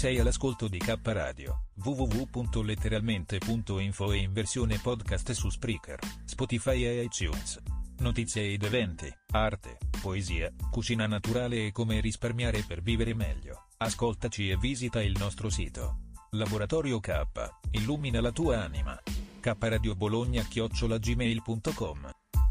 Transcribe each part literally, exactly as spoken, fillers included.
Sei all'ascolto di K Radio, w w w punto letteralmente punto info e in versione podcast su Spreaker, Spotify e iTunes. Notizie ed eventi, arte, poesia, cucina naturale e come risparmiare per vivere meglio. Ascoltaci e visita il nostro sito. Laboratorio K, illumina la tua anima. K Radio Bologna chiocciola gmail punto com.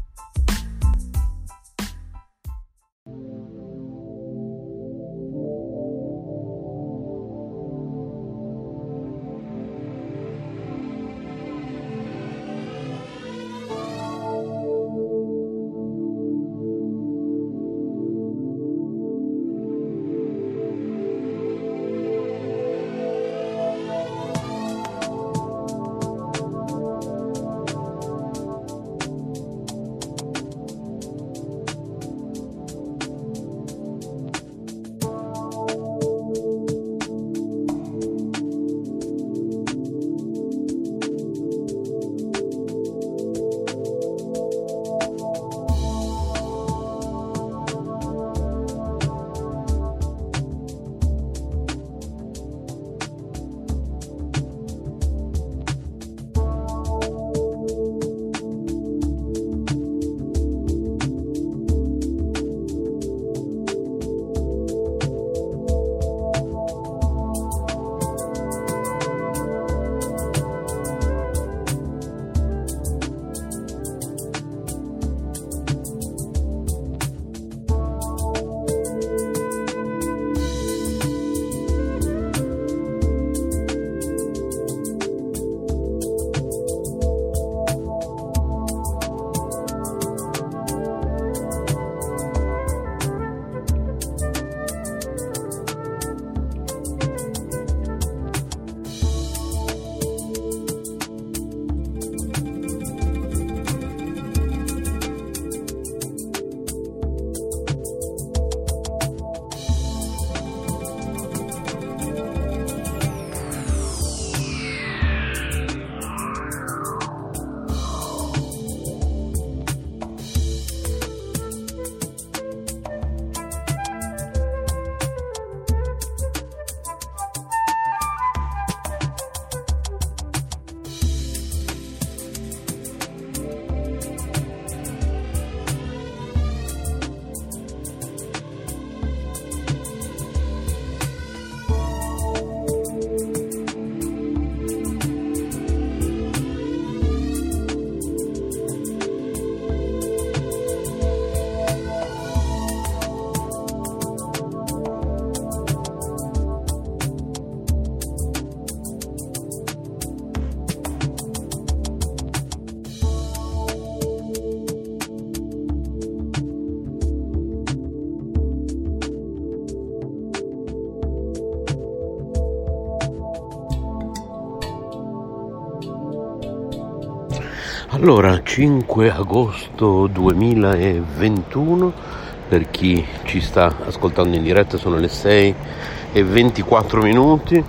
Allora, cinque agosto duemilaventuno, per chi ci sta ascoltando in diretta sono le sei e ventiquattro minuti.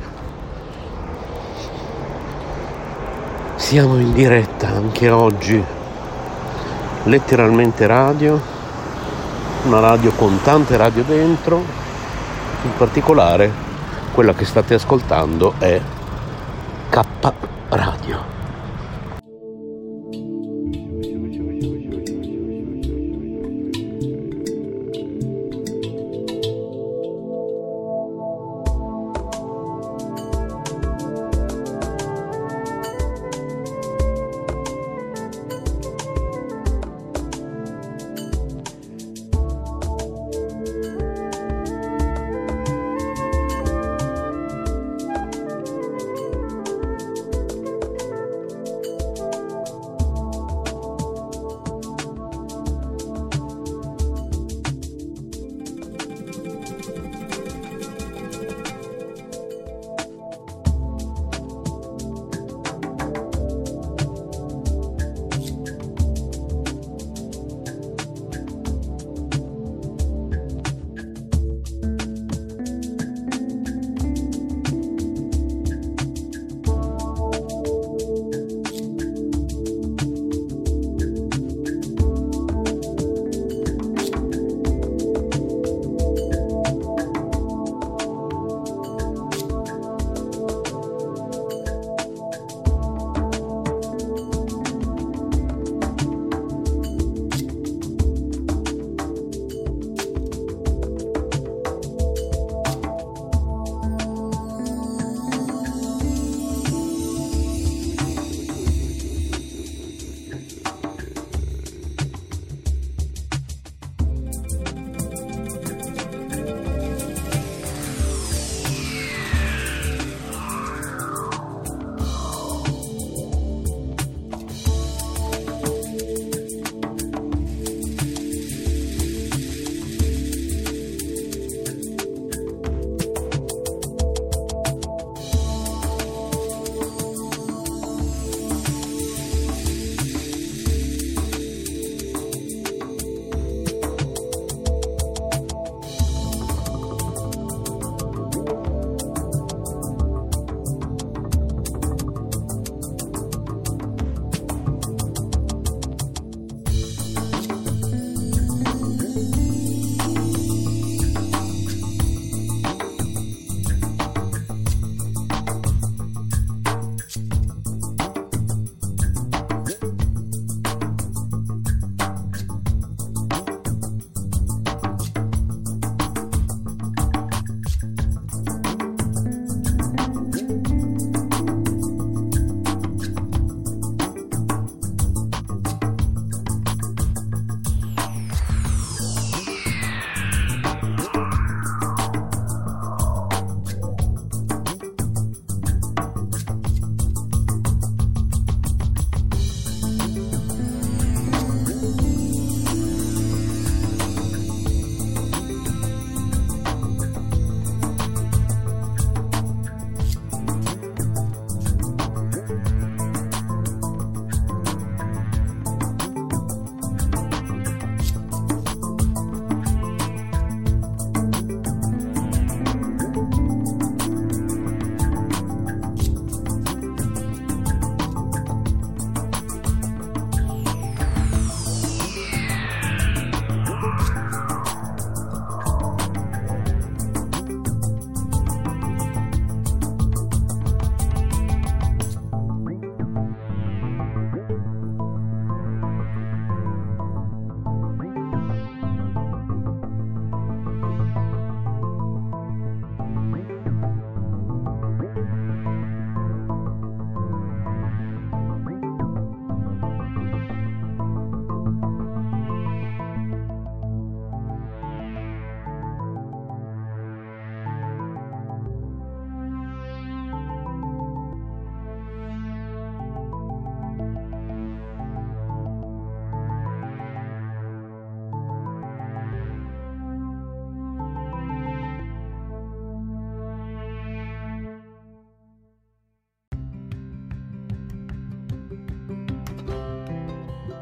Siamo in diretta anche oggi, letteralmente radio, una radio con tante radio dentro, in particolare quella che state ascoltando è K Radio.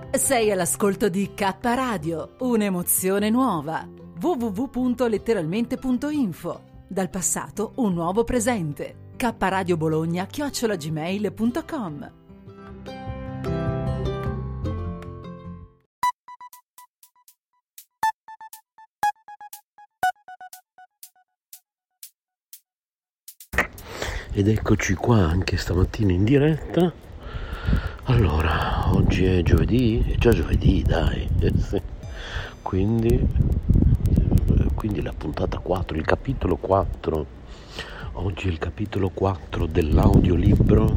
Sei all'ascolto di K Radio, un'emozione nuova. w w w punto letteralmente punto info. Dal passato un nuovo presente. K Radio Bologna chiocciola gmail punto com. Ed eccoci qua anche stamattina in diretta. Allora, oggi è giovedì, è già giovedì, dai, eh sì. quindi, quindi la puntata quattro, il capitolo quattro, oggi è il capitolo quattro dell'audiolibro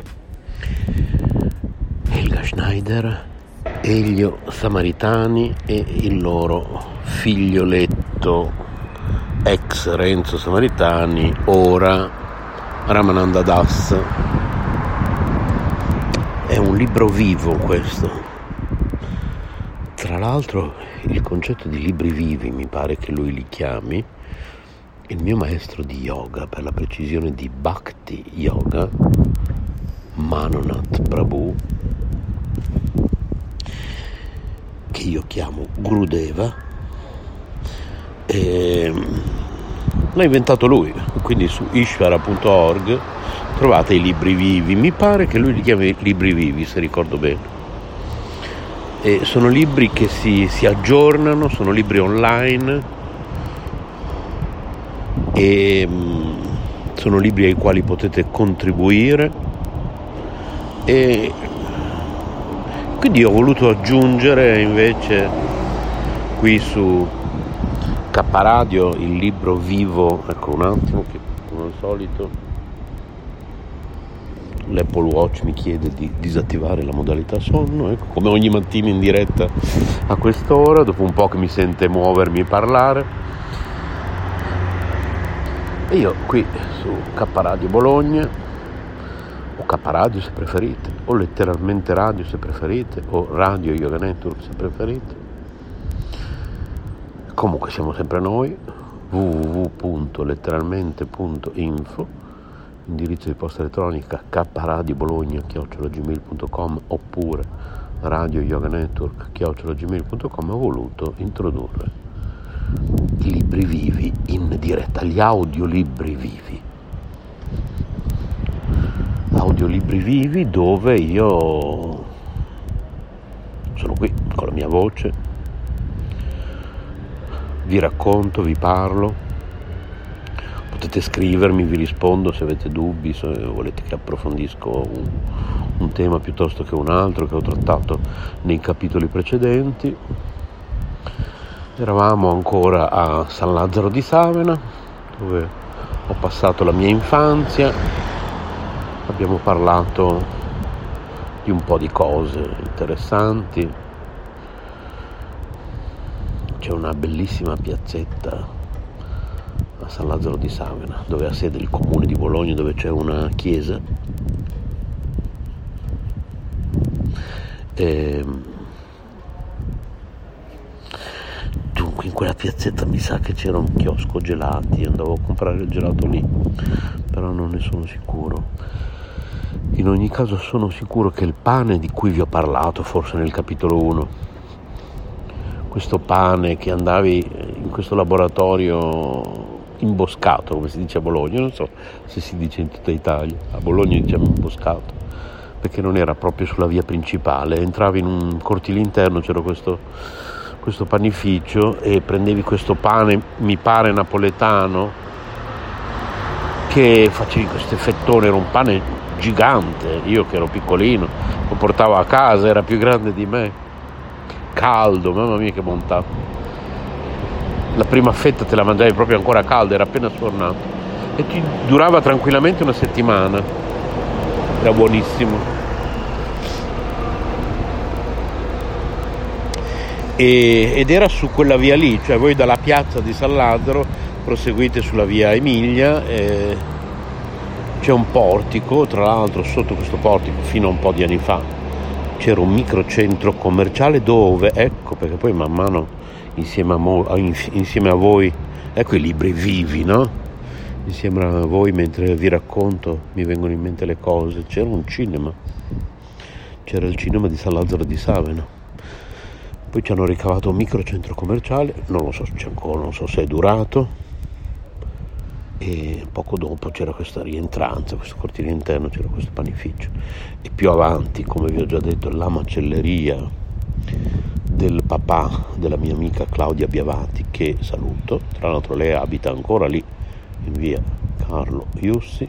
Helga Schneider, Elio Samaritani e il loro figlioletto, ex Renzo Samaritani, ora Ramananda Das. È un libro vivo questo. Tra l'altro il concetto di libri vivi, mi pare che lui li chiami, il mio maestro di yoga, per la precisione di Bhakti Yoga, Manonath Prabhu, che io chiamo Gurudeva, e l'ha inventato lui, quindi su ishvara punto org trovate i libri vivi. Mi pare che lui li chiami libri vivi, se ricordo bene, e sono libri che si, si aggiornano, sono libri online e mh, sono libri ai quali potete contribuire, e quindi ho voluto aggiungere invece qui su K Radio il libro vivo. Ecco un attimo che come al solito l'Apple Watch mi chiede di disattivare la modalità sonno, ecco, come ogni mattina in diretta a quest'ora, dopo un po' che mi sente muovermi e parlare. E io qui su K Radio Bologna, o K Radio se preferite, o letteralmente radio se preferite, o Radio Yoga Network se preferite. Comunque siamo sempre noi, w w w punto letteralmente punto info, indirizzo di posta elettronica k radio bologna chiocciola gmail punto com oppure Radio Yoga Network chiocciola gmail punto com. Ho voluto introdurre i libri vivi in diretta, gli audiolibri vivi. Audiolibri vivi dove io sono qui con la mia voce, vi racconto, vi parlo, potete scrivermi, vi rispondo se avete dubbi, se volete che approfondisco un, un tema piuttosto che un altro che ho trattato nei capitoli precedenti. Eravamo ancora a San Lazzaro di Savena, dove ho passato la mia infanzia, abbiamo parlato di un po' di cose interessanti. C'è una bellissima piazzetta a San Lazzaro di Savena, dove ha sede il comune di Bologna, dove c'è una chiesa. E dunque in quella piazzetta mi sa che c'era un chiosco gelati, andavo a comprare il gelato lì, però non ne sono sicuro. In ogni caso sono sicuro che il pane di cui vi ho parlato, forse nel capitolo uno, questo pane che andavi in questo laboratorio imboscato, come si dice a Bologna, non so se si dice in tutta Italia, a Bologna diciamo imboscato, perché non era proprio sulla via principale, entravi in un cortile interno, c'era questo, questo panificio e prendevi questo pane, mi pare napoletano, che facevi questo fettone, era un pane gigante, io che ero piccolino lo portavo a casa, era più grande di me, caldo, mamma mia che bontà. La prima fetta te la mangiavi proprio ancora calda, era appena sfornato e ti durava tranquillamente una settimana, era buonissimo. E, ed era su quella via lì, cioè voi dalla piazza di San Lazzaro proseguite sulla via Emilia, e c'è un portico, tra l'altro sotto questo portico fino a un po' di anni fa c'era un microcentro commerciale dove, ecco perché poi man mano insieme a, mo, insieme a voi, ecco i libri vivi, no? Insieme a voi mentre vi racconto mi vengono in mente le cose. C'era un cinema, c'era il cinema di San Lazzaro di Savena, Poi ci hanno ricavato un microcentro commerciale, non lo so se c'è ancora, non so se è durato, e poco dopo c'era questa rientranza, questo cortile interno, c'era questo panificio, e più avanti, come vi ho già detto, la macelleria del papà della mia amica Claudia Biavati, che saluto. Tra l'altro lei abita ancora lì in via Carlo Iussi,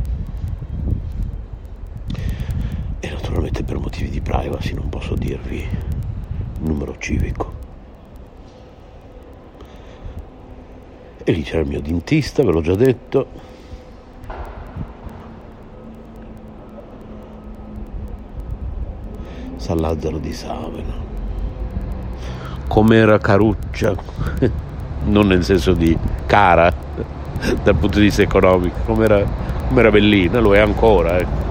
e naturalmente per motivi di privacy non posso dirvi il numero civico. E lì c'era il mio dentista, ve l'ho già detto. San Lazzaro di Savena. Com'era caruccia, non nel senso di cara dal punto di vista economico, com'era, com'era bellina, lo è ancora, ecco.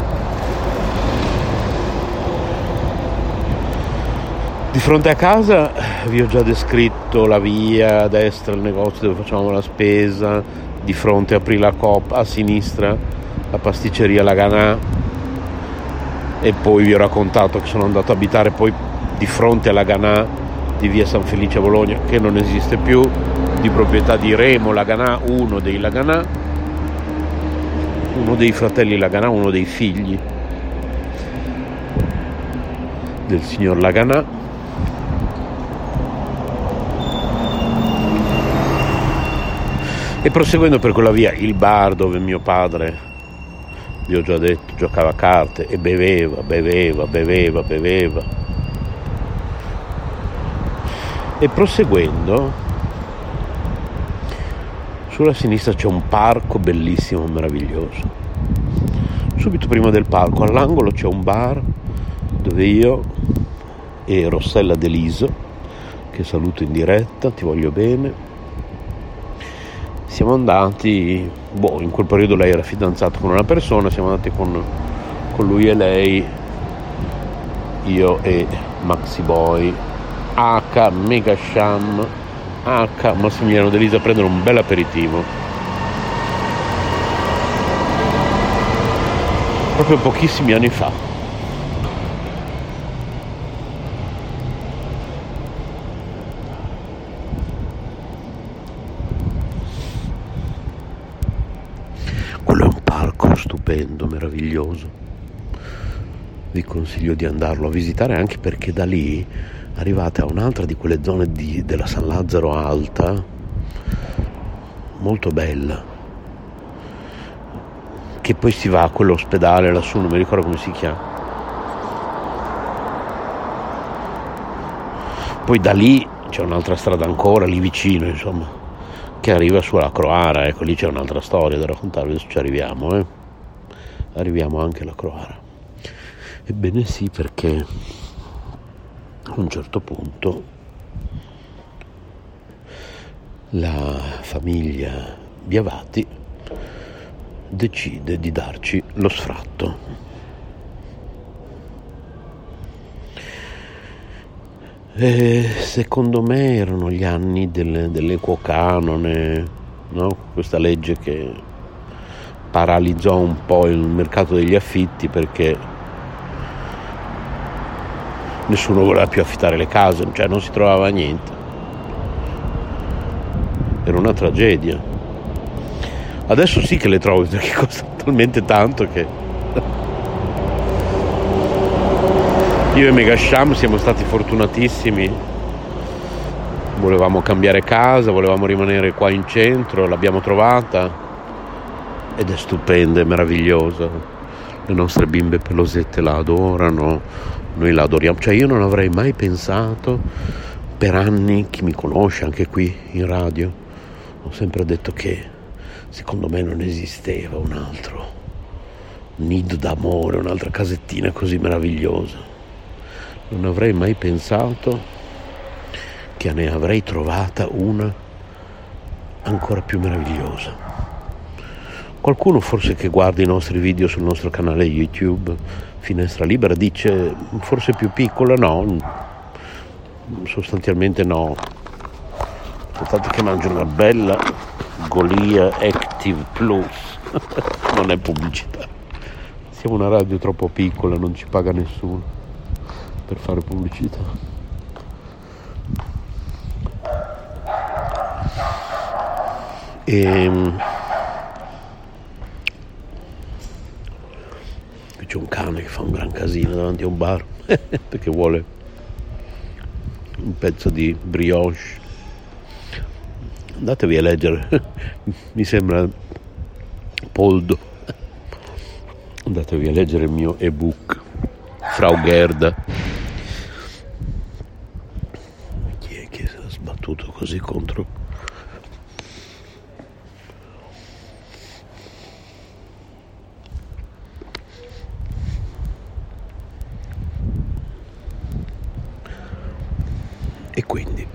Di fronte a casa vi ho già descritto la via, a destra il negozio dove facevamo la spesa, di fronte aprì la Coop, a sinistra la pasticceria Laganà, e poi vi ho raccontato che sono andato a abitare poi di fronte alla Laganà di via San Felice a Bologna, che non esiste più, di proprietà di Remo Laganà, uno dei Laganà, uno dei fratelli Laganà, uno dei figli del signor Laganà. E proseguendo per quella via, il bar dove mio padre, vi ho già detto, giocava a carte e beveva, beveva, beveva, beveva. E proseguendo, sulla sinistra c'è un parco bellissimo, meraviglioso. Subito prima del parco, all'angolo, c'è un bar dove io e Rossella Deliso, che saluto in diretta, ti voglio bene, siamo andati, boh, in quel periodo lei era fidanzata con una persona, siamo andati con, con lui e lei, io e Maxi Boy, H, Mega Sham, H, Massimiliano Delisa, a prendere un bel aperitivo. Proprio pochissimi anni fa. Stupendo, meraviglioso, vi consiglio di andarlo a visitare, anche perché da lì arrivate a un'altra di quelle zone di, della San Lazzaro Alta molto bella, che poi si va a quell'ospedale lassù, non mi ricordo come si chiama. Poi da lì c'è un'altra strada ancora lì vicino, insomma, che arriva sulla Croara, ecco, lì c'è un'altra storia da raccontarvi, adesso ci arriviamo, eh. Arriviamo anche alla Croara. Ebbene sì, perché a un certo punto la famiglia Biavati decide di darci lo sfratto. E secondo me erano gli anni del, dell'equo canone, no? Questa legge che paralizzò un po' il mercato degli affitti, perché nessuno voleva più affittare le case, cioè non si trovava niente. Era una tragedia. Adesso sì che le trovi, perché costano talmente tanto che io e Mega Sham siamo stati fortunatissimi. Volevamo cambiare casa, volevamo rimanere qua in centro, l'abbiamo trovata ed è stupenda, è meravigliosa. Le nostre bimbe pelosette la adorano, noi la adoriamo. Cioè io non avrei mai pensato, per anni, chi mi conosce anche qui in radio, ho sempre detto che secondo me non esisteva un altro nido d'amore, un'altra casettina così meravigliosa. Non avrei mai pensato che ne avrei trovata una ancora più meravigliosa. Qualcuno forse che guarda i nostri video sul nostro canale YouTube Finestra Libera dice forse più piccola, no, sostanzialmente no. Aspettate che mangio una bella Golia Active Plus. Non è pubblicità, siamo una radio troppo piccola, non ci paga nessuno per fare pubblicità. E qui c'è un cane che fa un gran casino davanti a un bar perché vuole un pezzo di brioche. Andatevi a leggere, mi sembra Poldo, andatevi a leggere il mio ebook Frau Gerda. Chi è che si è sbattuto così contro? E quindi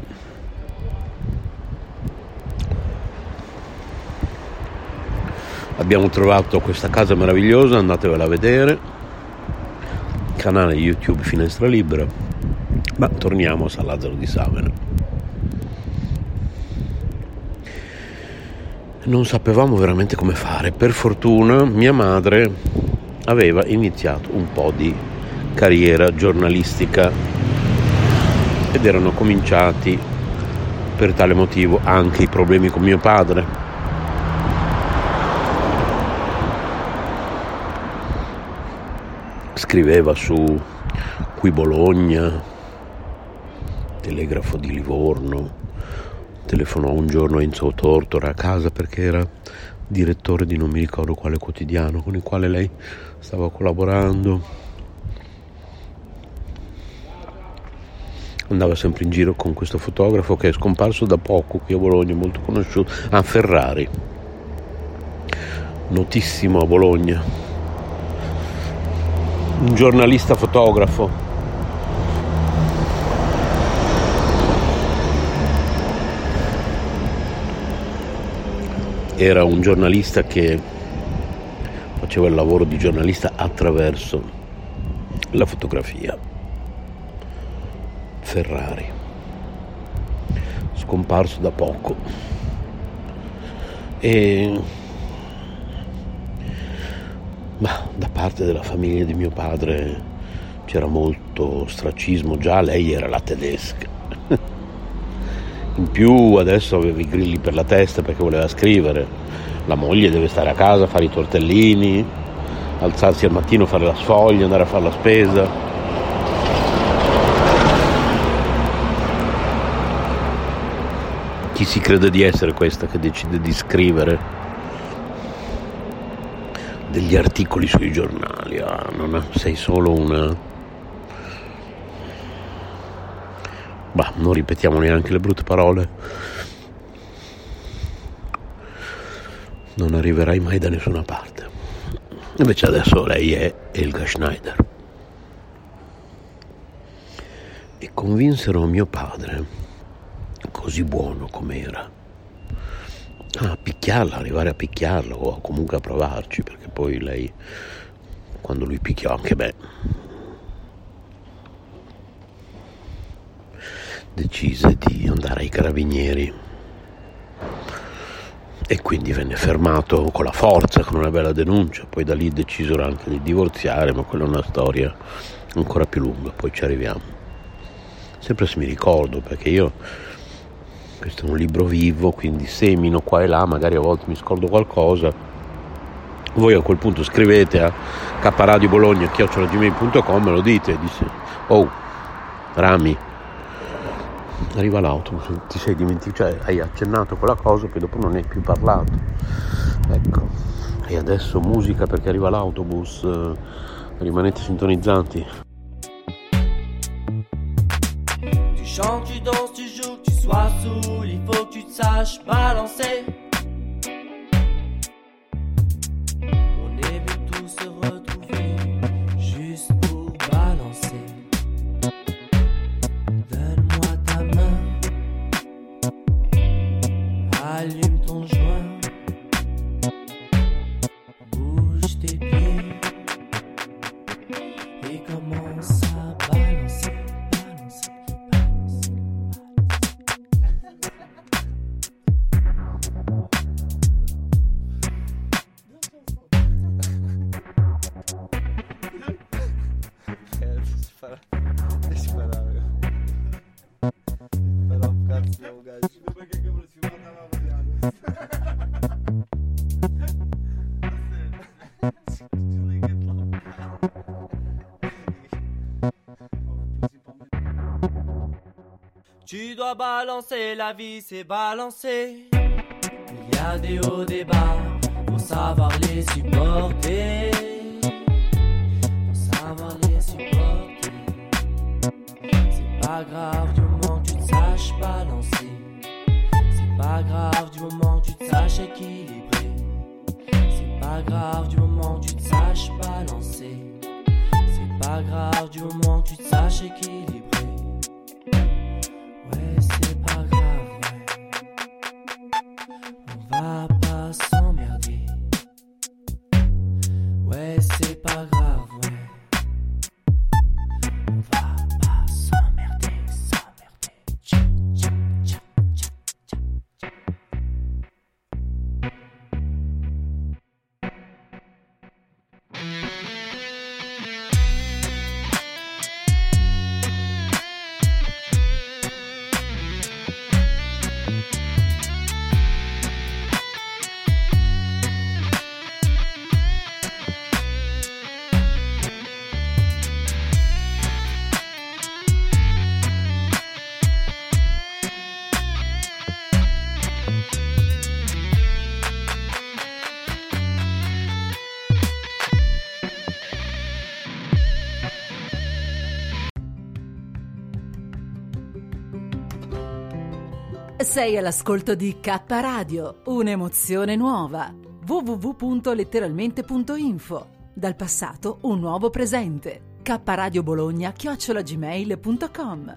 abbiamo trovato questa casa meravigliosa, andatevela a vedere, canale YouTube Finestra Libera. Ma torniamo a San Lazzaro di Savena. Non sapevamo veramente come fare. Per fortuna mia madre aveva iniziato un po' di carriera giornalistica ed erano cominciati per tale motivo anche i problemi con mio padre. Scriveva su Qui Bologna, Telegrafo di Livorno, telefonò un giorno a Enzo Tortora a casa perché era direttore di non mi ricordo quale quotidiano con il quale lei stava collaborando. Andava sempre in giro con questo fotografo che è scomparso da poco qui a Bologna, molto conosciuto, ah, Ferrari, notissimo a Bologna, un giornalista fotografo. Era un giornalista che faceva il lavoro di giornalista attraverso la fotografia. Ferrari, scomparso da poco. E ma da parte della famiglia di mio padre c'era molto ostracismo, già lei era la tedesca. In più adesso aveva i grilli per la testa perché voleva scrivere. La moglie deve stare a casa, fare i tortellini, alzarsi al mattino, fare la sfoglia, andare a fare la spesa. Chi si crede di essere questa che decide di scrivere degli articoli sui giornali? Ah, non è, sei solo una... Bah, non ripetiamo neanche le brutte parole. Non arriverai mai da nessuna parte. Invece adesso lei è Elga Schneider. E convinsero mio padre, così buono com'era, a picchiarla, arrivare a picchiarla o comunque a provarci, perché poi lei, quando lui picchiò anche me, decise di andare ai carabinieri e quindi venne fermato con la forza, con una bella denuncia. Poi da lì decisero anche di divorziare, ma quella è una storia ancora più lunga, poi ci arriviamo. Sempre se mi ricordo, perché io, questo è un libro vivo, quindi semino qua e là, magari a volte mi scordo qualcosa. Voi a quel punto scrivete a kradiobologna chiocciola gmail punto com e lo dite, dice: oh Rami, arriva l'autobus, ti sei dimenticato, cioè hai accennato quella cosa, poi dopo non hai più parlato, ecco. E adesso musica perché arriva l'autobus, eh, rimanete sintonizzati. Tu chantes, tu danses, tu joues, que tu sois saoul, il faut que tu te saches balancer. On est venu tous se retrouver juste pour balancer. Donne-moi ta main, allume ton joint, bouge tes pieds et commence à balancer, balancer, balancer, Però cazzo, guys. Perché che si mandava a vedere. Tu dois balancer, la vie c'est balancer. Il y a des hauts, des bas, faut savoir les supporter. Faut savoir les supporter. C'est pas grave du moment que tu te saches balancer. C'est pas grave du moment que tu te saches équilibrer. C'est pas grave du moment que tu te saches balancer. C'est pas grave du moment que tu te saches équilibrer. Ouais, c'est pas grave, ouais. On va pas s'emmerder. Ouais, c'est pas grave, ouais. On va pas s'emmerder, s'emmerder. Tcha, tcha, tcha, tcha, tcha, tcha. Sei all'ascolto di K Radio, un'emozione nuova. w w w punto letteralmente punto info. Dal passato un nuovo presente. K Radio Bologna chiocciola gmail punto com.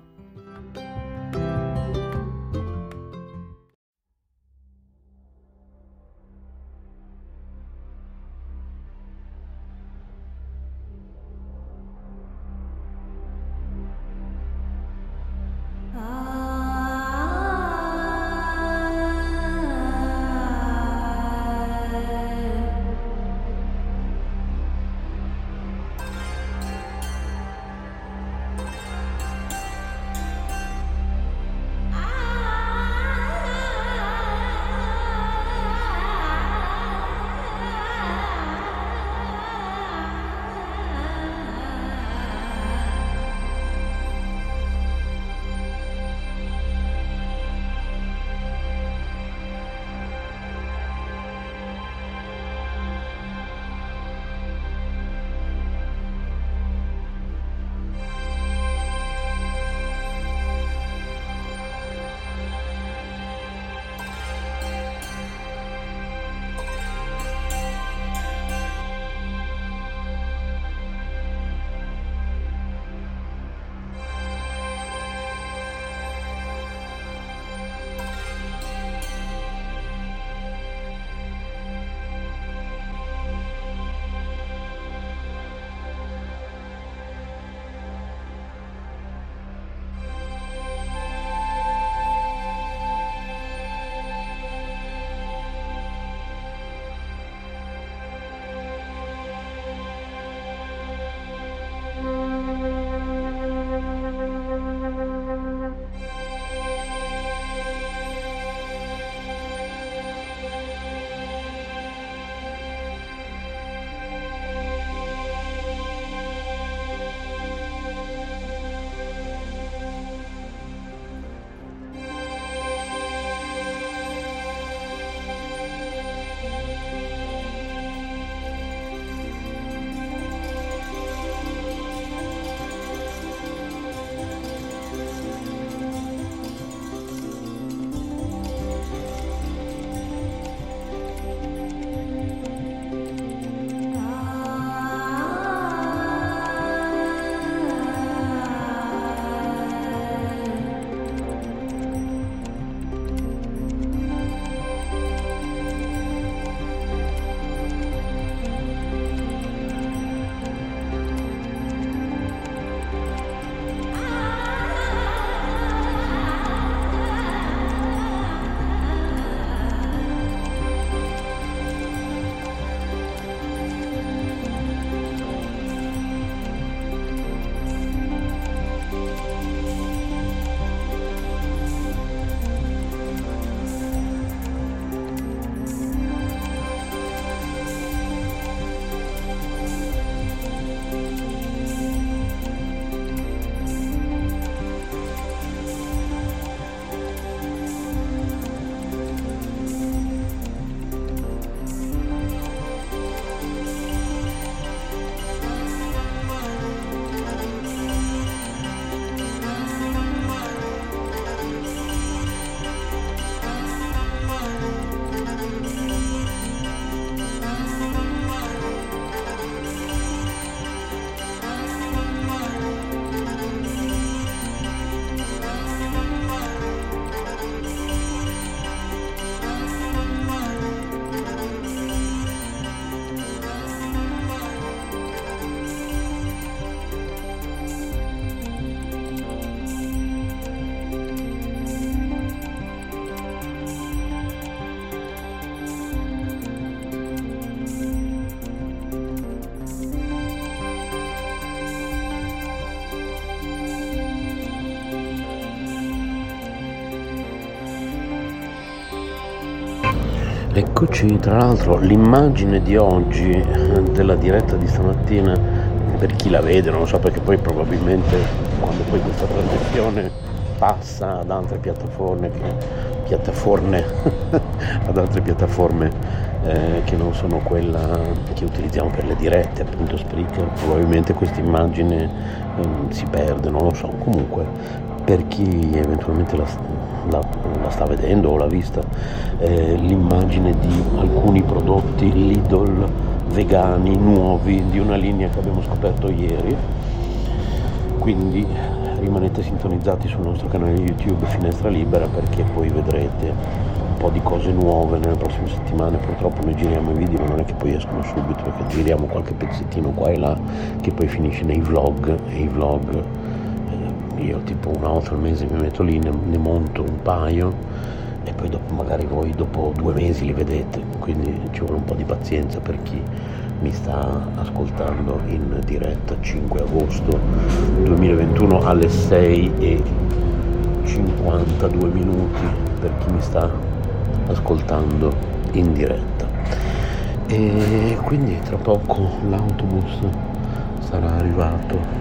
Eccoci, tra l'altro l'immagine di oggi della diretta di stamattina, per chi la vede, non lo so, perché poi probabilmente quando poi questa trasmissione passa ad altre piattaforme che, piattaforme ad altre piattaforme eh, che non sono quella che utilizziamo per le dirette, appunto Spreaker, probabilmente questa immagine eh, si perde, non lo so. Comunque, per chi eventualmente la, la, la sta vedendo o l'ha vista, eh, l'immagine di alcuni prodotti Lidl vegani nuovi di una linea che abbiamo scoperto ieri, quindi rimanete sintonizzati sul nostro canale YouTube Finestra Libera, perché poi vedrete un po' di cose nuove nelle prossime settimane. Purtroppo noi giriamo i video, ma non è che poi escono subito, perché giriamo qualche pezzettino qua e là che poi finisce nei vlog, e i vlog io tipo una volta al mese mi metto lì, ne, ne monto un paio e poi dopo magari voi dopo due mesi li vedete, quindi ci vuole un po' di pazienza per chi mi sta ascoltando in diretta. Cinque agosto duemilaventuno alle sei e cinquantadue minuti per chi mi sta ascoltando in diretta. E quindi tra poco l'autobus sarà arrivato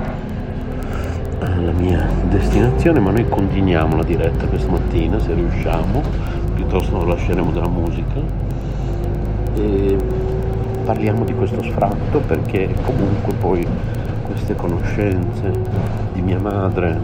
alla mia destinazione, ma noi continuiamo la diretta questa mattina se riusciamo, piuttosto non lasceremo della musica e parliamo di questo sfratto, perché comunque poi queste conoscenze di mia madre,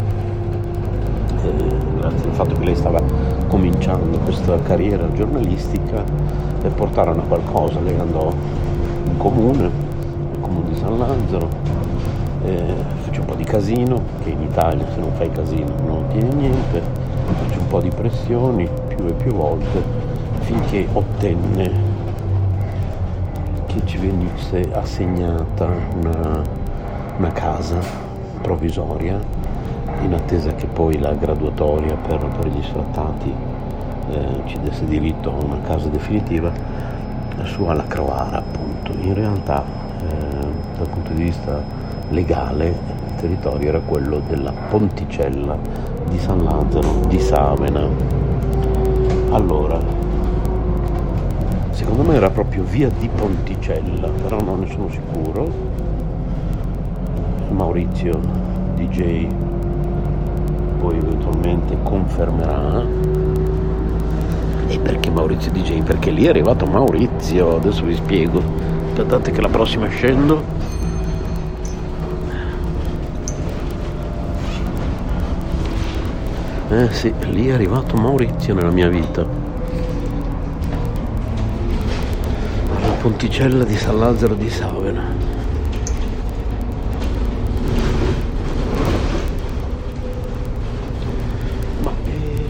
eh, grazie al fatto che lei stava cominciando questa carriera giornalistica, e portarono a qualcosa. Lei andò in comune, il comune di San Lazzaro, Eh, fece un po' di casino, che in Italia se non fai casino non ottieni niente, fece un po' di pressioni più e più volte finché ottenne che ci venisse assegnata una, una casa provvisoria, in attesa che poi la graduatoria per, per gli sfrattati eh, ci desse diritto a una casa definitiva su alla Croara, appunto. In realtà eh, dal punto di vista legale il territorio era quello della Ponticella di San Lazzaro di Savena. Allora, secondo me era proprio via di Ponticella, però non ne sono sicuro. Maurizio D J poi eventualmente confermerà. E perché Maurizio D J? Perché lì è arrivato Maurizio, adesso vi spiego. Aspettate che la prossima scendo. Eh sì, lì è arrivato Maurizio nella mia vita. La Ponticella di San Lazzaro di Savena. Ma eh,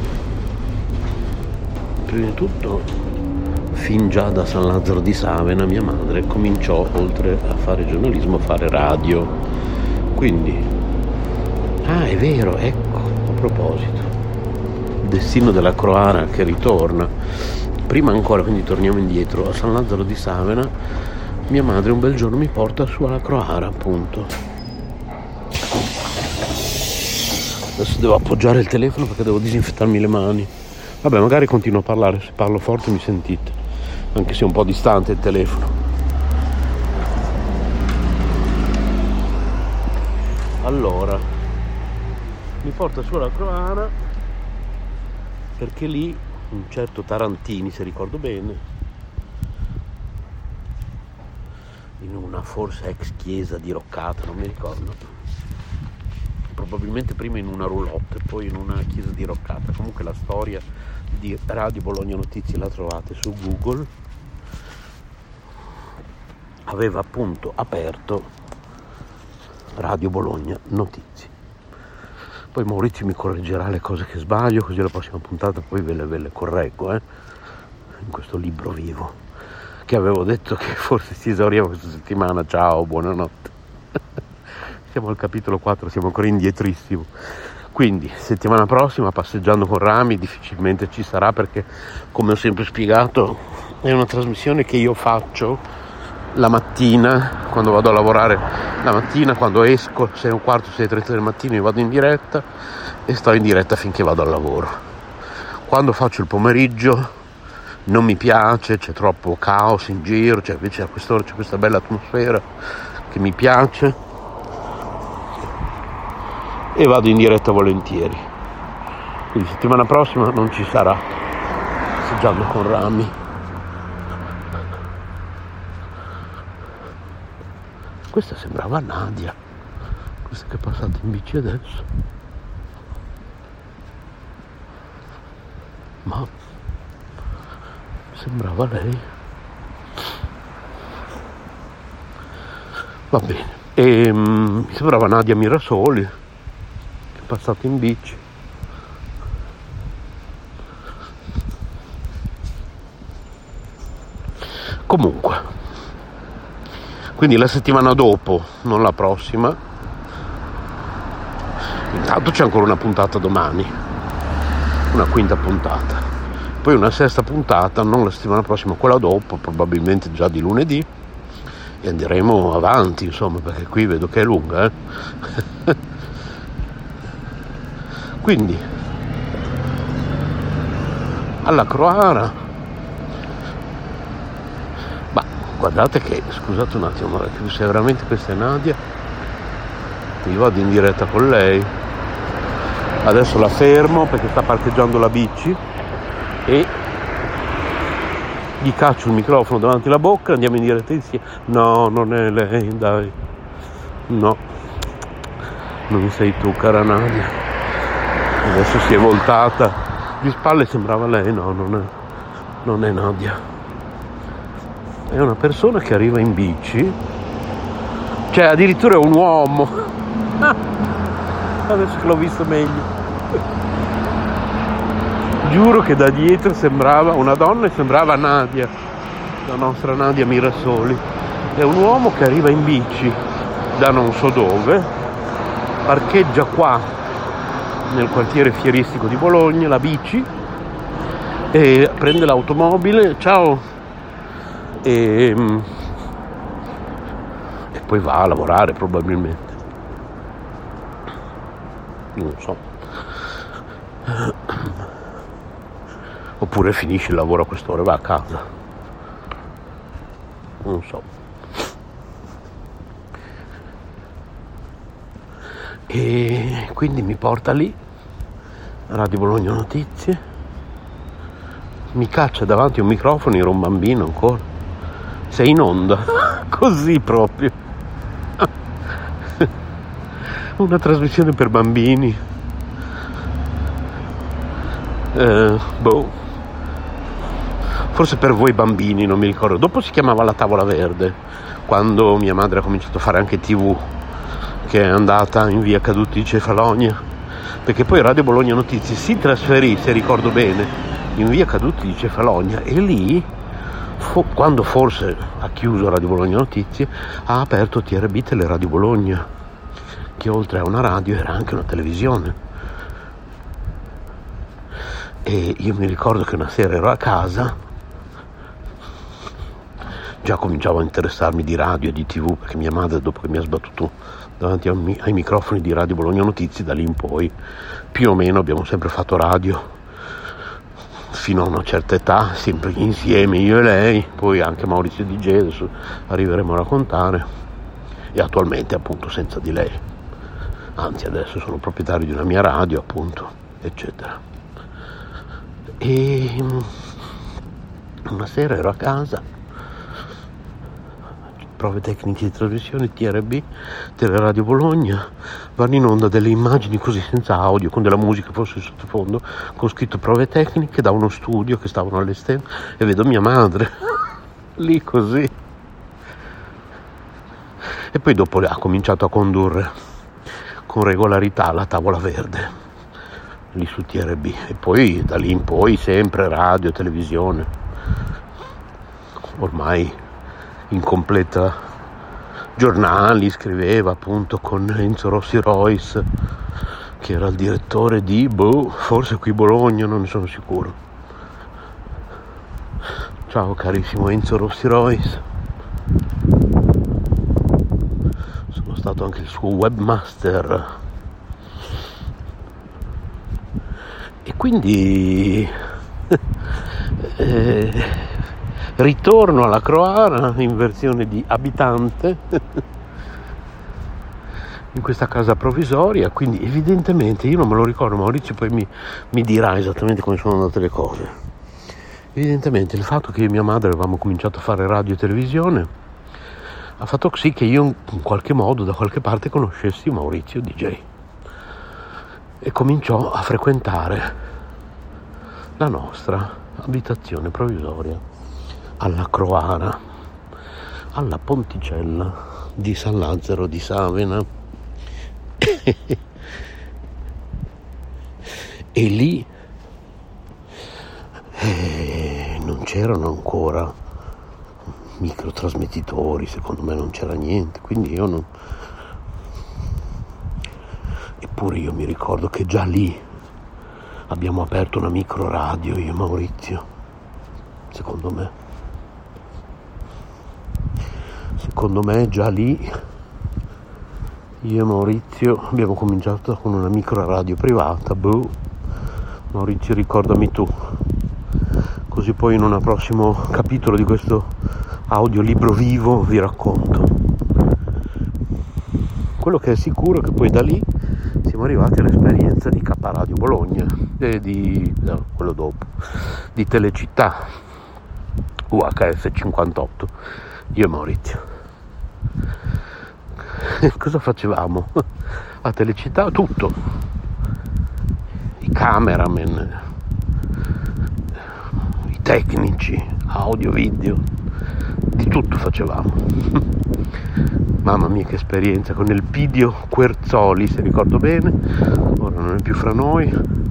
prima di tutto, fin già da San Lazzaro di Savena mia madre cominciò, oltre a fare giornalismo, a fare radio. Quindi, ah, è vero, ecco. A proposito, destino della Croara che ritorna. Prima ancora, quindi torniamo indietro, a San Lazzaro di Savena mia madre un bel giorno mi porta su alla Croara, appunto. Adesso devo appoggiare il telefono perché devo disinfettarmi le mani. Vabbè, magari continuo a parlare, se parlo forte mi sentite, anche se è un po' distante il telefono. Allora, mi porta su alla Croara perché lì un certo Tarantini, se ricordo bene, in una forse ex chiesa diroccata, non mi ricordo, probabilmente prima in una roulotte, poi in una chiesa diroccata. Comunque la storia di Radio Bologna Notizie la trovate su Google. Aveva appunto aperto Radio Bologna Notizie. Poi Maurizio mi correggerà le cose che sbaglio, così la prossima puntata poi ve le, ve le correggo, eh? In questo libro vivo, che avevo detto che forse si esauriva questa settimana. Ciao, buonanotte. Siamo al capitolo quattro, siamo ancora indietrissimo. Quindi, settimana prossima, passeggiando con Rami, difficilmente ci sarà, perché, come ho sempre spiegato, è una trasmissione che io faccio la mattina, quando vado a lavorare la mattina, quando esco, sei e un quarto, sei e trenta del mattino, io vado in diretta e sto in diretta finché vado al lavoro. Quando faccio il pomeriggio non mi piace, c'è troppo caos in giro, cioè invece a quest'ora c'è questa bella atmosfera che mi piace e vado in diretta volentieri. Quindi settimana prossima non ci sarà Passeggiando con Rami. Questa sembrava Nadia, questa che è passata in bici adesso, ma sembrava lei. Va bene. E um, mi sembrava Nadia Mirasoli, che è passata in bici. Comunque, quindi la settimana dopo, non la prossima. Intanto c'è ancora una puntata domani, una quinta puntata, poi una sesta puntata, non la settimana prossima, quella dopo, probabilmente già di lunedì, e andremo avanti, insomma, perché qui vedo che è lunga, eh? Quindi alla Croara. Guardate che, scusate un attimo, se veramente questa è Nadia, io vado in diretta con lei, adesso la fermo perché sta parcheggiando la bici e gli caccio il microfono davanti alla bocca, andiamo in diretta insieme. No, non è lei, dai, no, non sei tu, cara Nadia. Adesso si è voltata di spalle, sembrava lei, no, non è, non è Nadia. È una persona che arriva in bici, cioè addirittura è un uomo. Adesso che l'ho visto meglio, giuro che da dietro sembrava una donna e sembrava Nadia, la nostra Nadia Mirasoli. È un uomo che arriva in bici da non so dove, parcheggia qua nel quartiere fieristico di Bologna la bici e prende l'automobile, ciao, E, e poi va a lavorare probabilmente, non so, oppure finisce il lavoro a quest'ora e va a casa, non so. E quindi mi porta lì, Radio Bologna Notizie, mi caccia davanti un microfono, era un bambino ancora. Sei in onda, così proprio. Una trasmissione per bambini. Eh, boh. Forse per voi bambini, non mi ricordo. Dopo si chiamava La Tavola Verde, quando mia madre ha cominciato a fare anche tivù, che è andata in via Caduti di Cefalonia, perché poi Radio Bologna Notizie si trasferì, se ricordo bene, in via Caduti di Cefalonia, e lì, quando forse ha chiuso Radio Bologna Notizie, ha aperto T R B Teleradio Bologna, che oltre a una radio era anche una televisione. E io mi ricordo che una sera ero a casa, già cominciavo a interessarmi di radio e di tivù, perché mia madre, dopo che mi ha sbattuto davanti ai microfoni di Radio Bologna Notizie, da lì in poi più o meno abbiamo sempre fatto radio fino a una certa età, sempre insieme, io e lei, poi anche Maurizio Di Ge, adesso arriveremo a raccontare, e attualmente appunto senza di lei, anzi adesso sono proprietario di una mia radio, appunto, eccetera. E una sera ero a casa, prove tecniche di trasmissione, T R B, Teleradio Bologna, vanno in onda delle immagini così senza audio, con della musica forse in sottofondo, con scritto prove tecniche da uno studio che stavano all'esterno, e vedo mia madre lì così. E poi dopo ha cominciato a condurre con regolarità La Tavola Verde lì su T R B, e poi da lì in poi sempre radio, televisione, ormai in completa, giornali, scriveva appunto con Enzo Rossi Royce, che era il direttore di, boh, forse qui Bologna, non ne sono sicuro. Ciao carissimo Enzo Rossi Royce, sono stato anche il suo webmaster. E quindi eh, ritorno alla Croara in versione di abitante in questa casa provvisoria, quindi evidentemente io non me lo ricordo, Maurizio poi mi, mi dirà esattamente come sono andate le cose. Evidentemente il fatto che io e mia madre avevamo cominciato a fare radio e televisione ha fatto sì che io in qualche modo da qualche parte conoscessi Maurizio D J e cominciò a frequentare la nostra abitazione provvisoria alla Croara, alla Ponticella di San Lazzaro di Savena. E lì eh, non c'erano ancora microtrasmettitori, secondo me non c'era niente, quindi io non... Eppure io mi ricordo che già lì abbiamo aperto una micro radio io e Maurizio, secondo me. Secondo me già lì io e Maurizio abbiamo cominciato con una micro radio privata. Boh, Maurizio, ricordami tu, così poi in un prossimo capitolo di questo audiolibro vivo vi racconto. Quello che è sicuro è che poi da lì siamo arrivati all'esperienza di K Radio Bologna e di no, quello dopo di Telecittà U H F cinquantotto, io e Maurizio. Cosa facevamo? A Telecittà tutto, i cameraman, i tecnici, audio, video, di tutto facevamo. Mamma mia che esperienza con Elpidio Querzoli, se ricordo bene, ora non è più fra noi.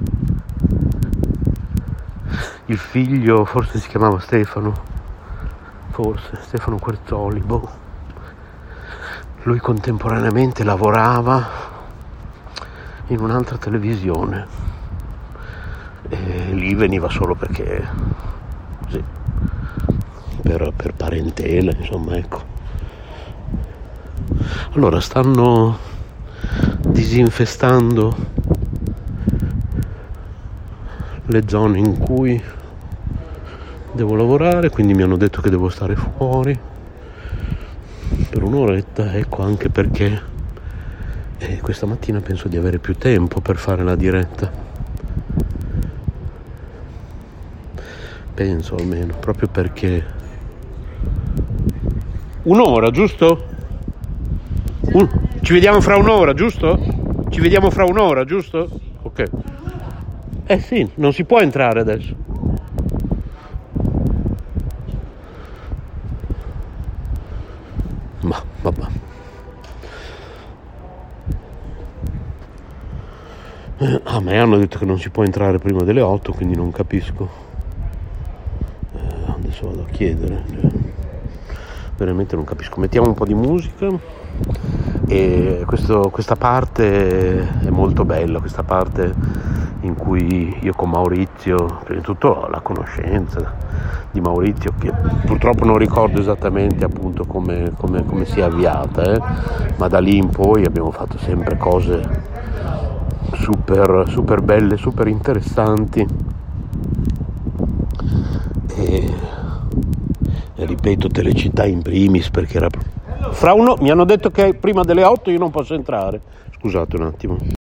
Il figlio forse si chiamava Stefano, forse Stefano Querzoli, boh. Lui contemporaneamente lavorava in un'altra televisione e lì veniva solo perché sì, per, per parentela, insomma, ecco. Allora stanno disinfestando le zone in cui devo lavorare, quindi mi hanno detto che devo stare fuori per un'oretta, ecco, anche perché eh, questa mattina penso di avere più tempo per fare la diretta, penso almeno, proprio perché un'ora, giusto? Un... ci vediamo fra un'ora, giusto? Ci vediamo fra un'ora, giusto? Ok. Eh sì, non si può entrare adesso. Ma vabbè. Eh, a me hanno detto che non si può entrare prima delle otto, quindi non capisco. Eh, adesso vado a chiedere. Veramente non capisco. Mettiamo un po' di musica. E questo, questa parte è molto bella, questa parte in cui io con Maurizio, prima di tutto ho la conoscenza di Maurizio, che purtroppo non ricordo esattamente appunto come, come, come si è avviata, eh? Ma da lì in poi abbiamo fatto sempre cose super, super belle, super interessanti e, e ripeto, Telecittà in primis, perché era fra uno, mi hanno detto che prima delle otto io non posso entrare, scusate un attimo.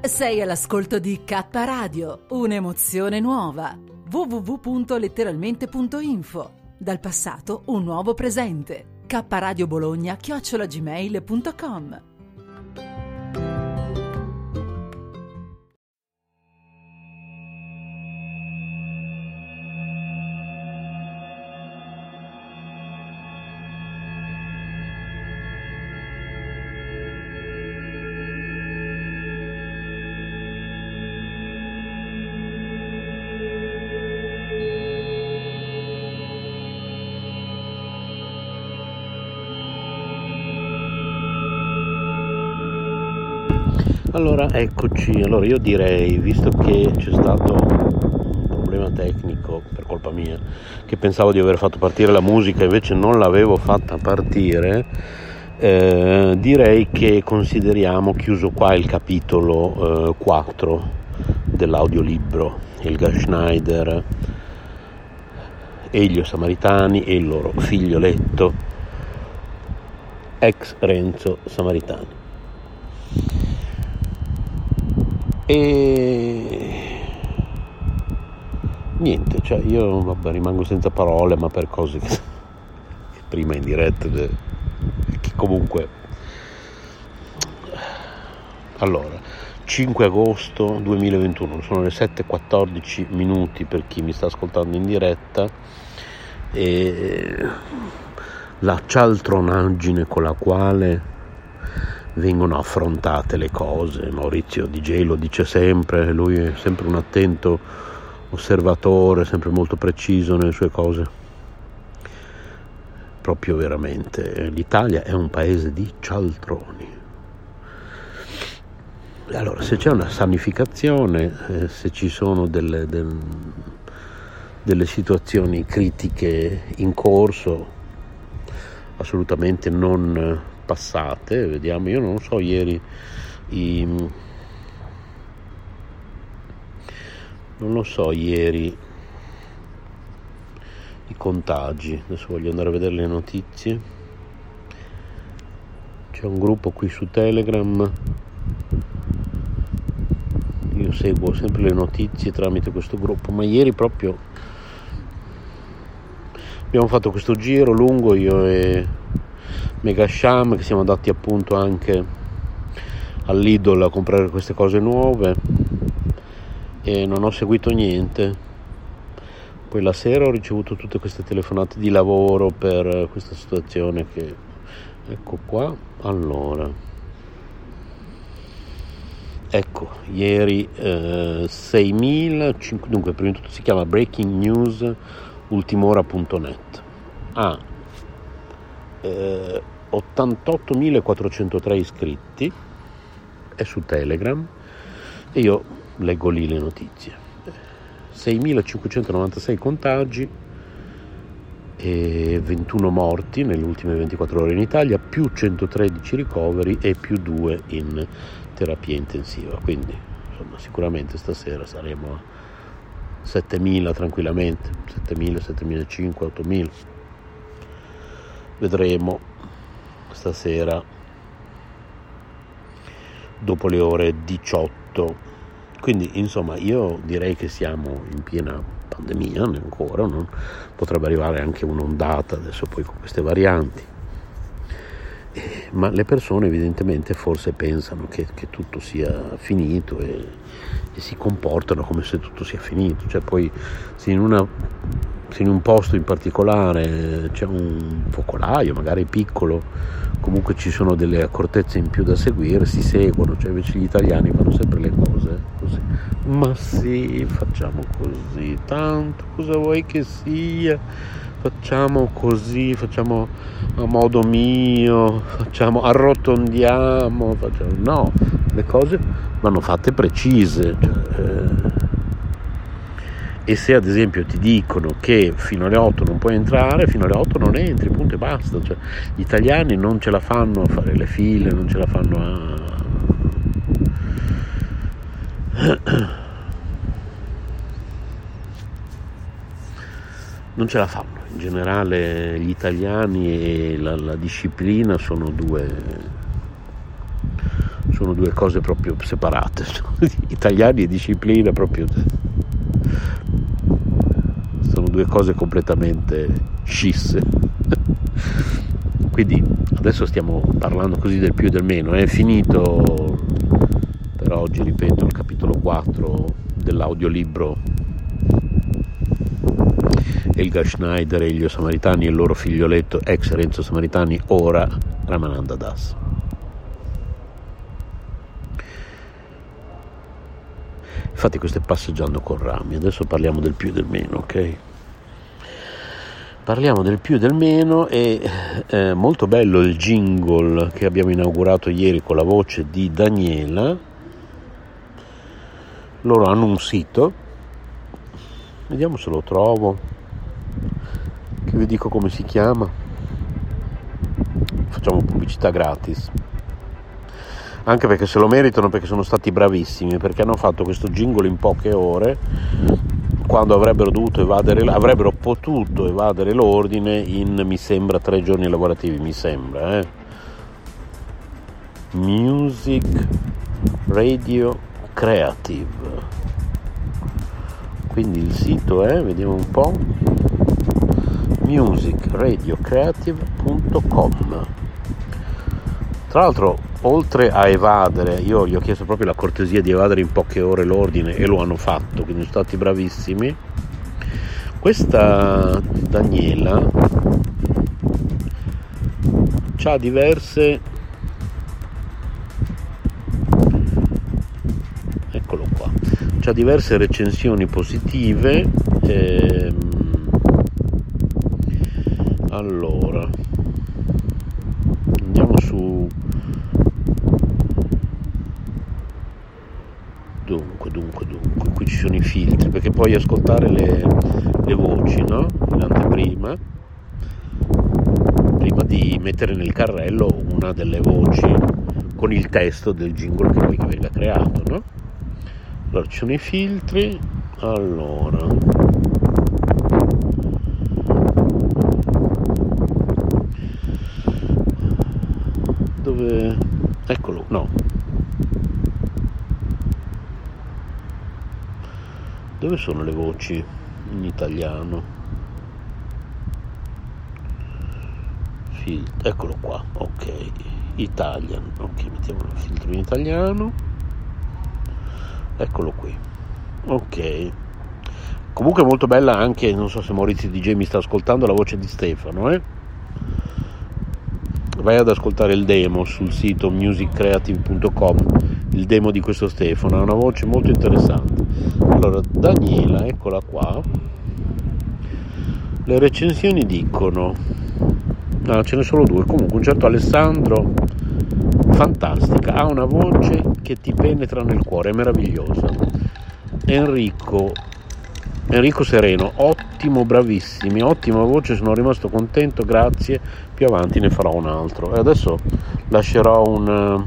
Sei all'ascolto di K Radio, un'emozione nuova. w w w punto letteralmente punto info. Dal passato un nuovo presente. K Radio Bologna chiocciola gmail punto com. Allora, eccoci. Allora io direi, visto che c'è stato un problema tecnico per colpa mia, che pensavo di aver fatto partire la musica, invece non l'avevo fatta partire, eh, direi che consideriamo chiuso qua il capitolo eh, quattro dell'audiolibro, Helga Schneider, Elio Samaritani e il loro figlioletto, ex Renzo Samaritani. E niente, cioè io vabbè, rimango senza parole, ma per cose che, che prima in diretta de, che comunque allora cinque agosto duemilaventuno, sono le sette e quattordici minuti per chi mi sta ascoltando in diretta, e la cialtronaggine con la quale vengono affrontate le cose, Maurizio D J lo dice sempre, lui è sempre un attento osservatore, sempre molto preciso nelle sue cose, proprio veramente l'Italia è un paese di cialtroni. Allora, se c'è una sanificazione, eh, se ci sono delle, del, delle situazioni critiche in corso, assolutamente non passate, vediamo, io non so ieri i, non lo so ieri i contagi, adesso voglio andare a vedere le notizie, c'è un gruppo qui su Telegram, io seguo sempre le notizie tramite questo gruppo, ma ieri proprio abbiamo fatto questo giro lungo io e Megasham, che siamo andati appunto anche all'Idol a comprare queste cose nuove e non ho seguito niente. Poi la sera ho ricevuto tutte queste telefonate di lavoro per questa situazione che ecco qua. Allora ecco, ieri eh, seimila, dunque prima di tutto si chiama Breaking News ultimora punto net. Ah, eh, ottantottomilaquattrocentotre iscritti, è su Telegram e io leggo lì le notizie. seimilacinquecentonovantasei contagi e ventuno morti nelle ultime ventiquattro ore in Italia, più centotredici ricoveri e più due in terapia intensiva, quindi insomma sicuramente stasera saremo a settemila tranquillamente, settemila, settemilacinquecento, ottomila, vedremo stasera dopo le ore diciotto. Quindi insomma io direi che siamo in piena pandemia ancora, non? Potrebbe arrivare anche un'ondata adesso poi con queste varianti, eh, ma le persone evidentemente forse pensano che, che tutto sia finito e, e si comportano come se tutto sia finito, cioè poi se in una se in un posto in particolare c'è un focolaio magari piccolo, comunque ci sono delle accortezze in più da seguire, si seguono, cioè invece gli italiani fanno sempre le cose così, ma sì, facciamo così, tanto cosa vuoi che sia, facciamo così, facciamo a modo mio, facciamo, arrotondiamo, facciamo, no, le cose vanno fatte precise, cioè, eh, e se ad esempio ti dicono che fino alle otto non puoi entrare, fino alle otto non entri, punto e basta, cioè gli italiani non ce la fanno a fare le file, non ce la fanno a non ce la fanno, in generale gli italiani e la, la disciplina sono due sono due cose proprio separate. Italiani e disciplina proprio sono due cose completamente scisse. Quindi adesso stiamo parlando così del più e del meno. È finito per oggi, ripeto, il capitolo quattro dell'audiolibro Elgar Schneider e Elio Samaritani e il loro figlioletto ex Renzo Samaritani, ora Ramananda Das. Infatti questo è Passeggiando con Rami. Adesso parliamo del più e del meno, ok? Parliamo del più e del meno. E eh, molto bello il jingle che abbiamo inaugurato ieri con la voce di Daniela. Loro hanno un sito, vediamo se lo trovo, che vi dico come si chiama. Facciamo pubblicità gratis, anche perché se lo meritano, perché sono stati bravissimi, perché hanno fatto questo jingle in poche ore, quando avrebbero dovuto evadere, avrebbero potuto evadere l'ordine in, mi sembra, tre giorni lavorativi, mi sembra, eh? Music Radio Creative. Quindi il sito è, vediamo un po', music radio creative punto com. Tra l'altro, oltre a evadere, io gli ho chiesto proprio la cortesia di evadere in poche ore l'ordine e lo hanno fatto, quindi sono stati bravissimi. Questa Daniela c'ha diverse, eccolo qua, c'ha diverse recensioni positive. ehm, allora andiamo su dunque dunque dunque qui ci sono i filtri, perché puoi ascoltare le, le voci, no? In anteprima, prima di mettere nel carrello una delle voci con il testo del jingle che vuoi che venga creato, no? Allora ci sono i filtri. Allora dove, eccolo, no, dove sono le voci in italiano? Fil- eccolo qua, ok, Italian, ok, mettiamo il filtro in italiano, eccolo qui, ok. Comunque molto bella anche, non so se Maurizio D J mi sta ascoltando, la voce di Stefano, eh? Vai ad ascoltare il demo sul sito music creative punto com, il demo di questo Stefano, ha una voce molto interessante. Allora, Daniela, eccola qua. Le recensioni dicono, no, ce ne sono due, comunque un certo Alessandro, fantastica, ha una voce che ti penetra nel cuore, è meravigliosa. Enrico Enrico Sereno, ottimo, bravissimi, ottima voce, sono rimasto contento, grazie, più avanti ne farò un altro. E adesso lascerò un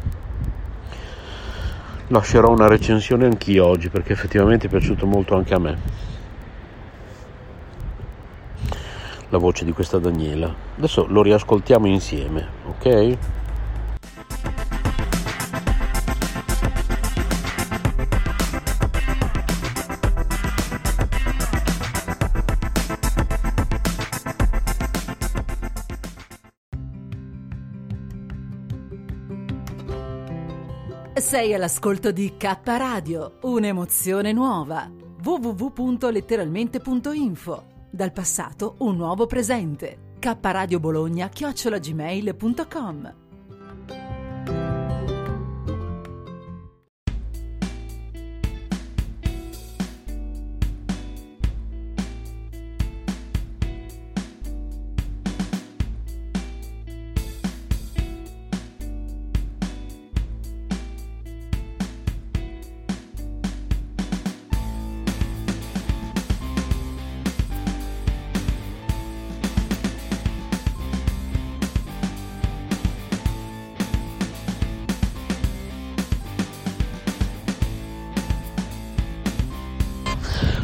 lascerò una recensione anch'io oggi, perché effettivamente è piaciuto molto anche a me la voce di questa Daniela. Adesso lo riascoltiamo insieme, ok? Sei all'ascolto di K Radio, un'emozione nuova. w w w punto letteralmente punto info. Dal passato un nuovo presente. K Radio Bologna chiocciola gmail punto com.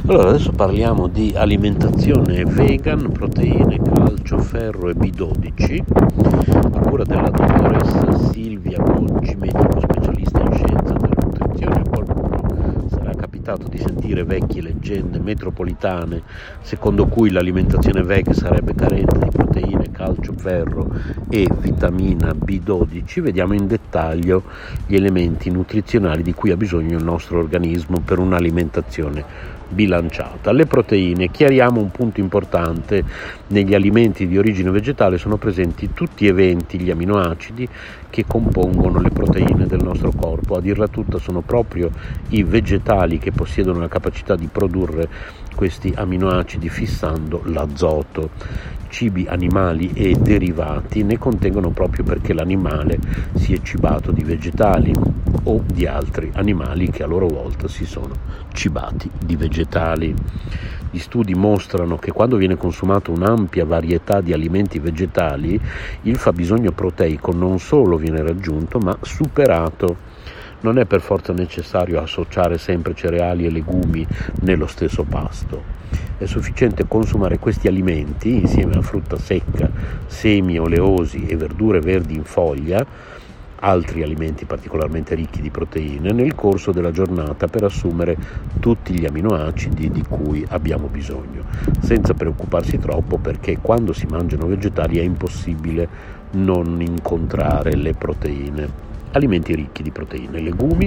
Allora, adesso parliamo di alimentazione vegan, proteine, calcio, ferro e B dodici, a cura della dottoressa Silvia Goggi, medico specialista in scienza della nutrizione. A qualcuno sarà capitato di sentire vecchie leggende metropolitane secondo cui l'alimentazione veg sarebbe carente di proteine, calcio, ferro e vitamina B dodici. Vediamo in dettaglio gli elementi nutrizionali di cui ha bisogno il nostro organismo per un'alimentazione bilanciata. Le proteine, chiariamo un punto importante: negli alimenti di origine vegetale sono presenti tutti eventi, gli aminoacidi che compongono le proteine del nostro corpo. A dirla tutta, sono proprio i vegetali che possiedono la capacità di produrre questi aminoacidi fissando l'azoto. Cibi animali e derivati ne contengono proprio perché l'animale si è cibato di vegetali o di altri animali che a loro volta si sono cibati di vegetali. Gli studi mostrano che quando viene consumata un'ampia varietà di alimenti vegetali, il fabbisogno proteico non solo viene raggiunto, ma superato. Non è per forza necessario associare sempre cereali e legumi nello stesso pasto. È sufficiente consumare questi alimenti insieme a frutta secca, semi oleosi e verdure verdi in foglia, altri alimenti particolarmente ricchi di proteine, nel corso della giornata per assumere tutti gli aminoacidi di cui abbiamo bisogno, senza preoccuparsi troppo, perché quando si mangiano vegetali è impossibile non incontrare le proteine. Alimenti ricchi di proteine: legumi,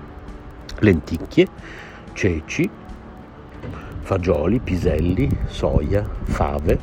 lenticchie, ceci, fagioli, piselli, soia, fave,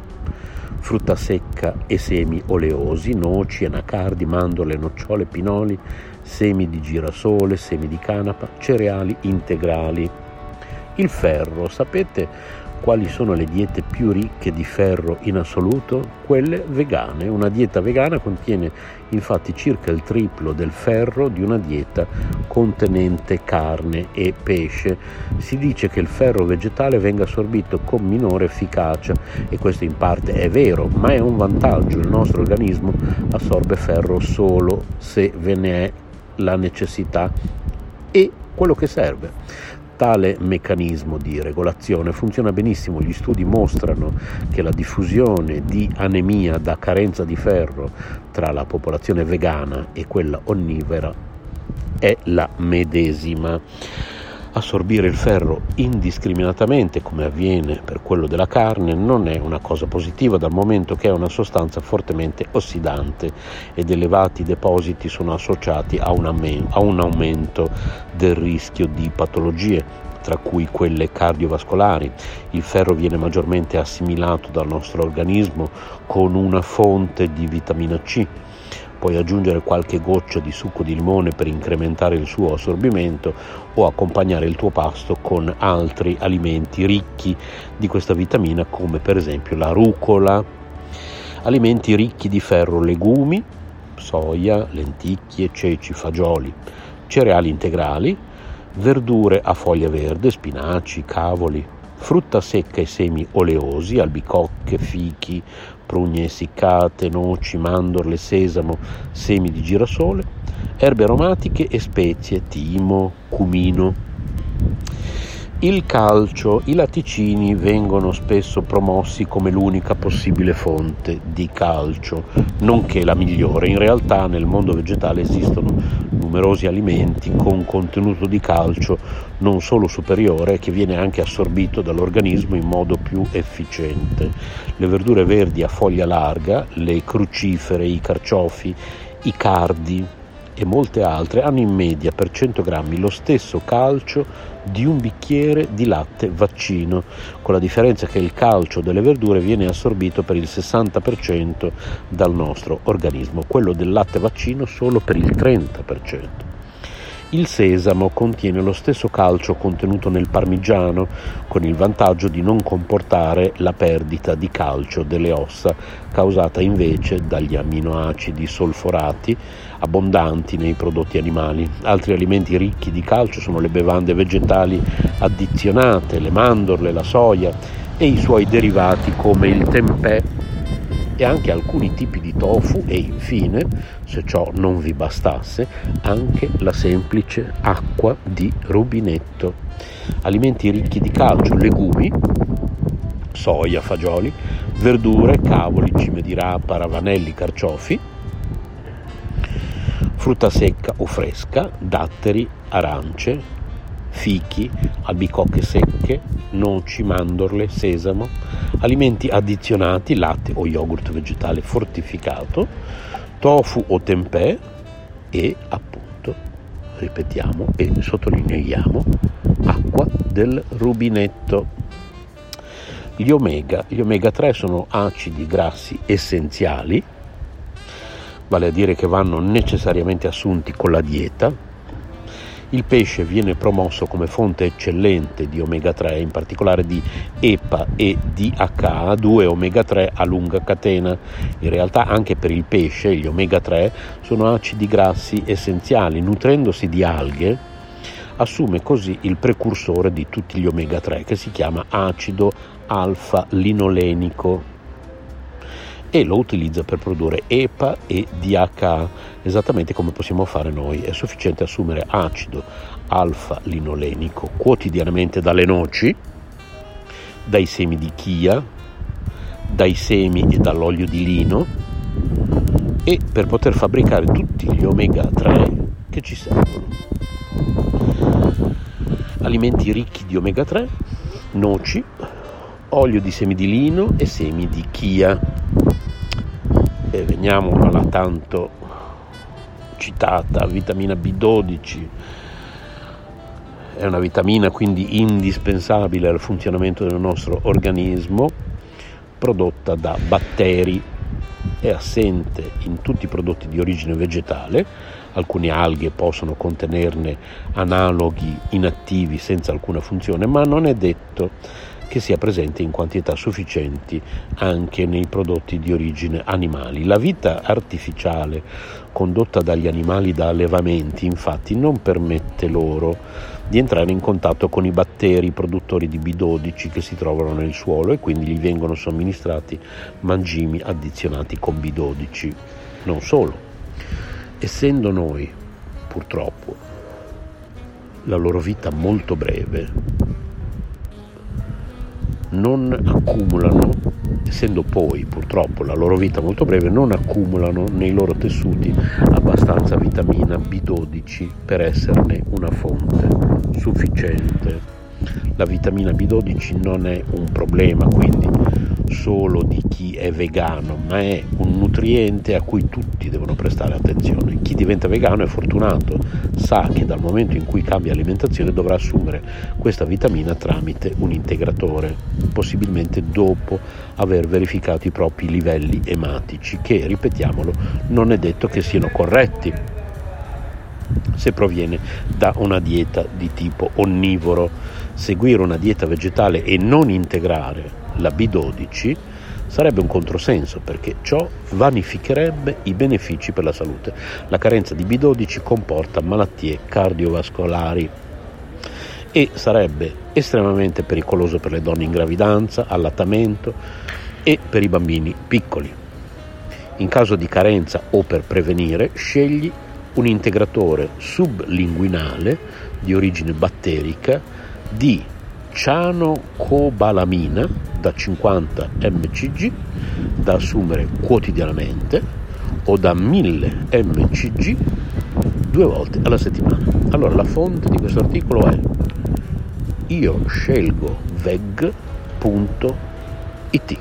frutta secca e semi oleosi, noci, anacardi, mandorle, nocciole, pinoli, semi di girasole, semi di canapa, cereali integrali. Il ferro, sapete quali sono le diete più ricche di ferro in assoluto? Quelle vegane. Una dieta vegana contiene infatti circa il triplo del ferro di una dieta contenente carne e pesce. Si dice che il ferro vegetale venga assorbito con minore efficacia, e questo in parte è vero, ma è un vantaggio. Il nostro organismo assorbe ferro solo se ve ne è la necessità e quello che serve. Tale meccanismo di regolazione funziona benissimo. Gli studi mostrano che la diffusione di anemia da carenza di ferro tra la popolazione vegana e quella onnivora è la medesima. Assorbire il ferro indiscriminatamente, come avviene per quello della carne, non è una cosa positiva, dal momento che è una sostanza fortemente ossidante ed elevati depositi sono associati a un, amen- a un aumento del rischio di patologie, tra cui quelle cardiovascolari. Il ferro viene maggiormente assimilato dal nostro organismo con una fonte di vitamina C. Puoi aggiungere qualche goccia di succo di limone per incrementare il suo assorbimento, o accompagnare il tuo pasto con altri alimenti ricchi di questa vitamina, come per esempio la rucola. Alimenti ricchi di ferro: legumi, soia, lenticchie, ceci, fagioli, cereali integrali, verdure a foglia verde, spinaci, cavoli, frutta secca e semi oleosi, albicocche, fichi, prugne essiccate, noci, mandorle, sesamo, semi di girasole, erbe aromatiche e spezie, timo, cumino. Il calcio. I latticini vengono spesso promossi come l'unica possibile fonte di calcio, nonché la migliore. In realtà nel mondo vegetale esistono numerosi alimenti con contenuto di calcio non solo superiore, che viene anche assorbito dall'organismo in modo più efficiente. Le verdure verdi a foglia larga, le crucifere, i carciofi, i cardi e molte altre hanno in media per cento grammi lo stesso calcio di un bicchiere di latte vaccino, con la differenza che il calcio delle verdure viene assorbito per il sessanta per cento dal nostro organismo, quello del latte vaccino solo per il trenta per cento. Il sesamo contiene lo stesso calcio contenuto nel parmigiano, con il vantaggio di non comportare la perdita di calcio delle ossa, causata invece dagli amminoacidi solforati abbondanti nei prodotti animali. Altri alimenti ricchi di calcio sono le bevande vegetali addizionate, le mandorle, la soia e i suoi derivati come il tempeh e anche alcuni tipi di tofu e infine, se ciò non vi bastasse, anche la semplice acqua di rubinetto. Alimenti ricchi di calcio, legumi, soia, fagioli, verdure, cavoli, cime di rapa, ravanelli, carciofi, frutta secca o fresca, datteri, arance, fichi, albicocche secche, noci, mandorle, sesamo, alimenti addizionati, latte o yogurt vegetale fortificato, tofu o tempeh e appunto, ripetiamo e sottolineiamo, acqua del rubinetto. Gli omega, gli omega tre sono acidi grassi essenziali, vale a dire che vanno necessariamente assunti con la dieta. Il pesce viene promosso come fonte eccellente di omega tre, in particolare di E P A e D H A, due omega tre a lunga catena. In realtà anche per il pesce gli omega tre sono acidi grassi essenziali. Nutrendosi di alghe assume così il precursore di tutti gli omega tre, che si chiama acido alfa-linolenico, e lo utilizza per produrre E P A e D H A, esattamente come possiamo fare noi. È sufficiente assumere acido alfa-linolenico quotidianamente dalle noci, dai semi di chia, dai semi e dall'olio di lino, e per poter fabbricare tutti gli omega tre che ci servono. Alimenti ricchi di omega tre, noci, olio di semi di lino e semi di chia. E veniamo alla tanto citata vitamina B dodici. È una vitamina quindi indispensabile al funzionamento del nostro organismo, prodotta da batteri. È assente in tutti i prodotti di origine vegetale. Alcune alghe possono contenerne analoghi inattivi senza alcuna funzione, ma non è detto che sia presente in quantità sufficienti anche nei prodotti di origine animali. La vita artificiale condotta dagli animali da allevamenti, infatti, non permette loro di entrare in contatto con i batteri produttori di B dodici che si trovano nel suolo, e quindi gli vengono somministrati mangimi addizionati con B dodici. Non solo, essendo noi, purtroppo, la loro vita molto breve, non accumulano, essendo poi purtroppo la loro vita molto breve, non accumulano nei loro tessuti abbastanza vitamina B dodici per esserne una fonte sufficiente. La vitamina B dodici non è un problema quindi solo di chi è vegano, ma è un nutriente a cui tutti devono prestare attenzione. Chi diventa vegano è fortunato, sa che dal momento in cui cambia alimentazione dovrà assumere questa vitamina tramite un integratore, possibilmente dopo aver verificato i propri livelli ematici, che, ripetiamolo, non è detto che siano corretti se proviene da una dieta di tipo onnivoro. Seguire una dieta vegetale e non integrare la B dodici sarebbe un controsenso, perché ciò vanificherebbe i benefici per la salute. La carenza di B dodici comporta malattie cardiovascolari e sarebbe estremamente pericoloso per le donne in gravidanza, allattamento e per i bambini piccoli. In caso di carenza o per prevenire, scegli un integratore sublinguinale di origine batterica di cianocobalamina da cinquanta milligrammi da assumere quotidianamente, o da mille milligrammi due volte alla settimana. Allora, la fonte di questo articolo è io scelgo veg punto it.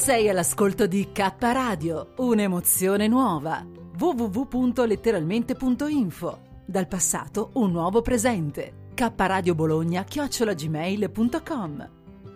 Sei all'ascolto di K Radio, un'emozione nuova. w w w punto letteralmente punto info. Dal passato un nuovo presente. K Radio Bologna chiocciola gmail punto com.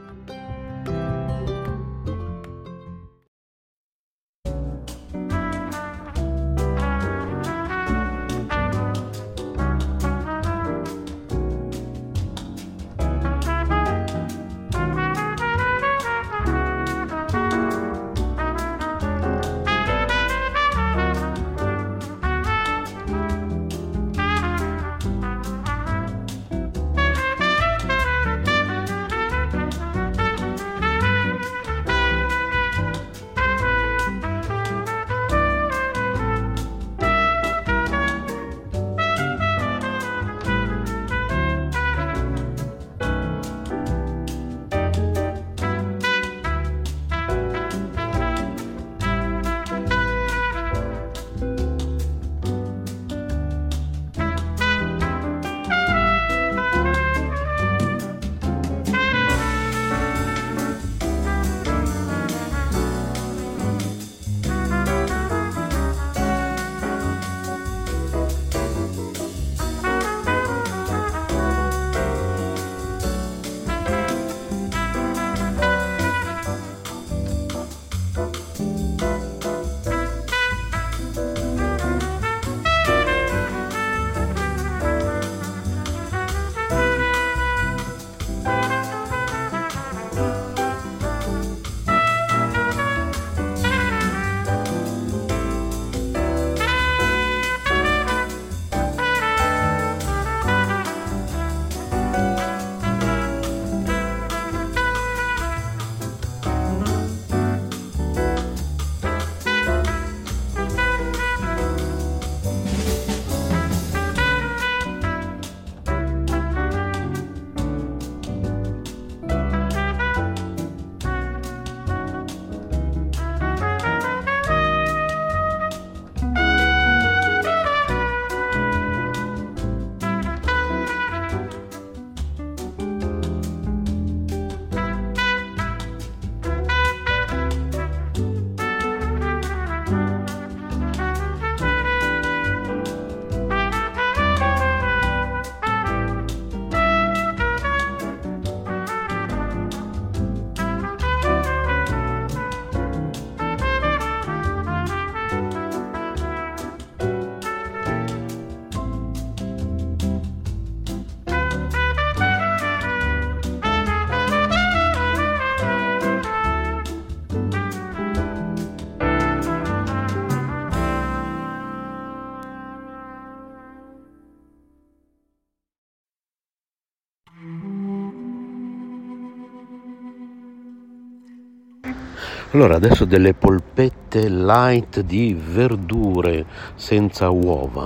Allora, adesso delle polpette light di verdure senza uova,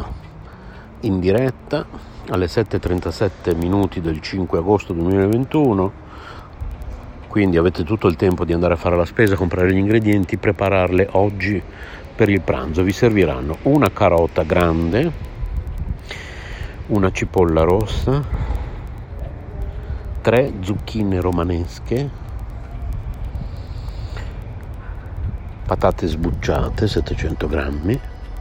in diretta alle sette e trentasette minuti del cinque agosto duemilaventuno, quindi avete tutto il tempo di andare a fare la spesa, comprare gli ingredienti, prepararle oggi per il pranzo. Vi serviranno una carota grande, una cipolla rossa, tre zucchine romanesche, patate sbucciate settecento grammi,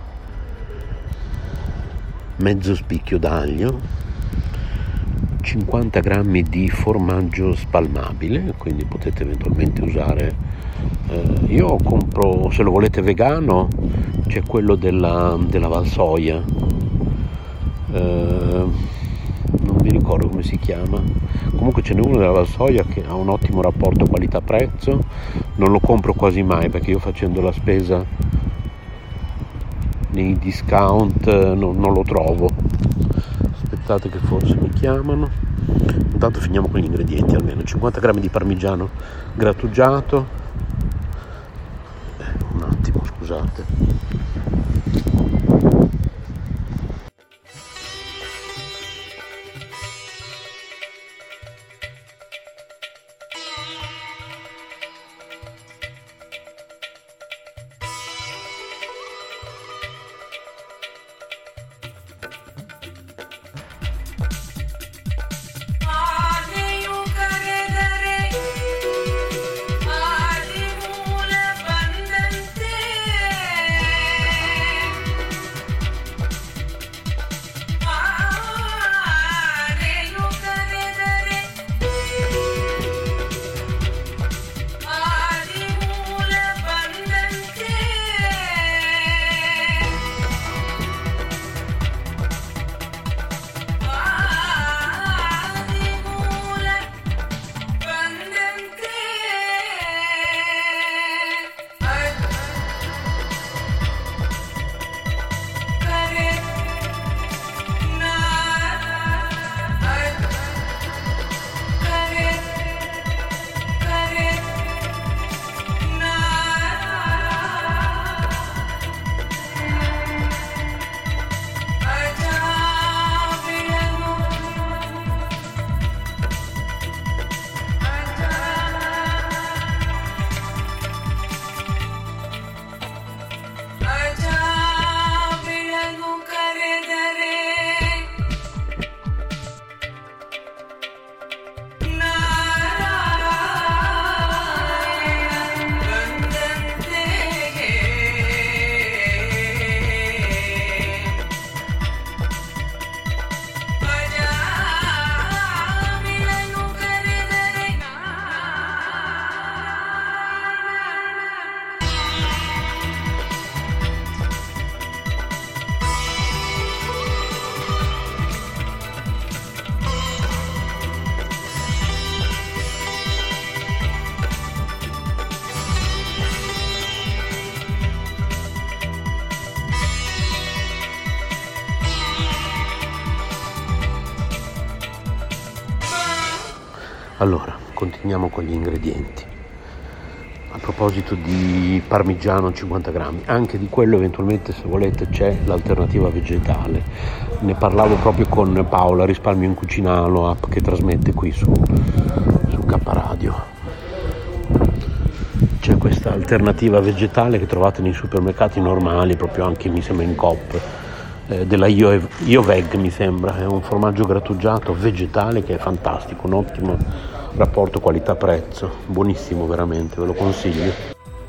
mezzo spicchio d'aglio, cinquanta grammi di formaggio spalmabile, quindi potete eventualmente usare, eh, io compro, se lo volete vegano, c'è quello della, della Valsoia, eh, non mi ricordo come si chiama, comunque ce n'è uno della Valsoia che ha un ottimo rapporto qualità-prezzo. Non lo compro quasi mai perché io, facendo la spesa nei discount, non, non lo trovo. Aspettate che forse mi chiamano. Intanto finiamo con gli ingredienti. Almeno cinquanta grammi di parmigiano grattugiato, eh, un attimo, scusate. Are you Allora, continuiamo con gli ingredienti. A proposito di parmigiano cinquanta grammi, anche di quello eventualmente, se volete, c'è l'alternativa vegetale. Ne parlavo proprio con Paola, Risparmio in Cucina, l'app che trasmette qui su, su K Radio. C'è questa alternativa vegetale che trovate nei supermercati normali, proprio anche mi sembra in Coop, eh, della Io, Ioveg mi sembra, è un formaggio grattugiato vegetale che è fantastico, un ottimo rapporto qualità-prezzo, buonissimo veramente, ve lo consiglio.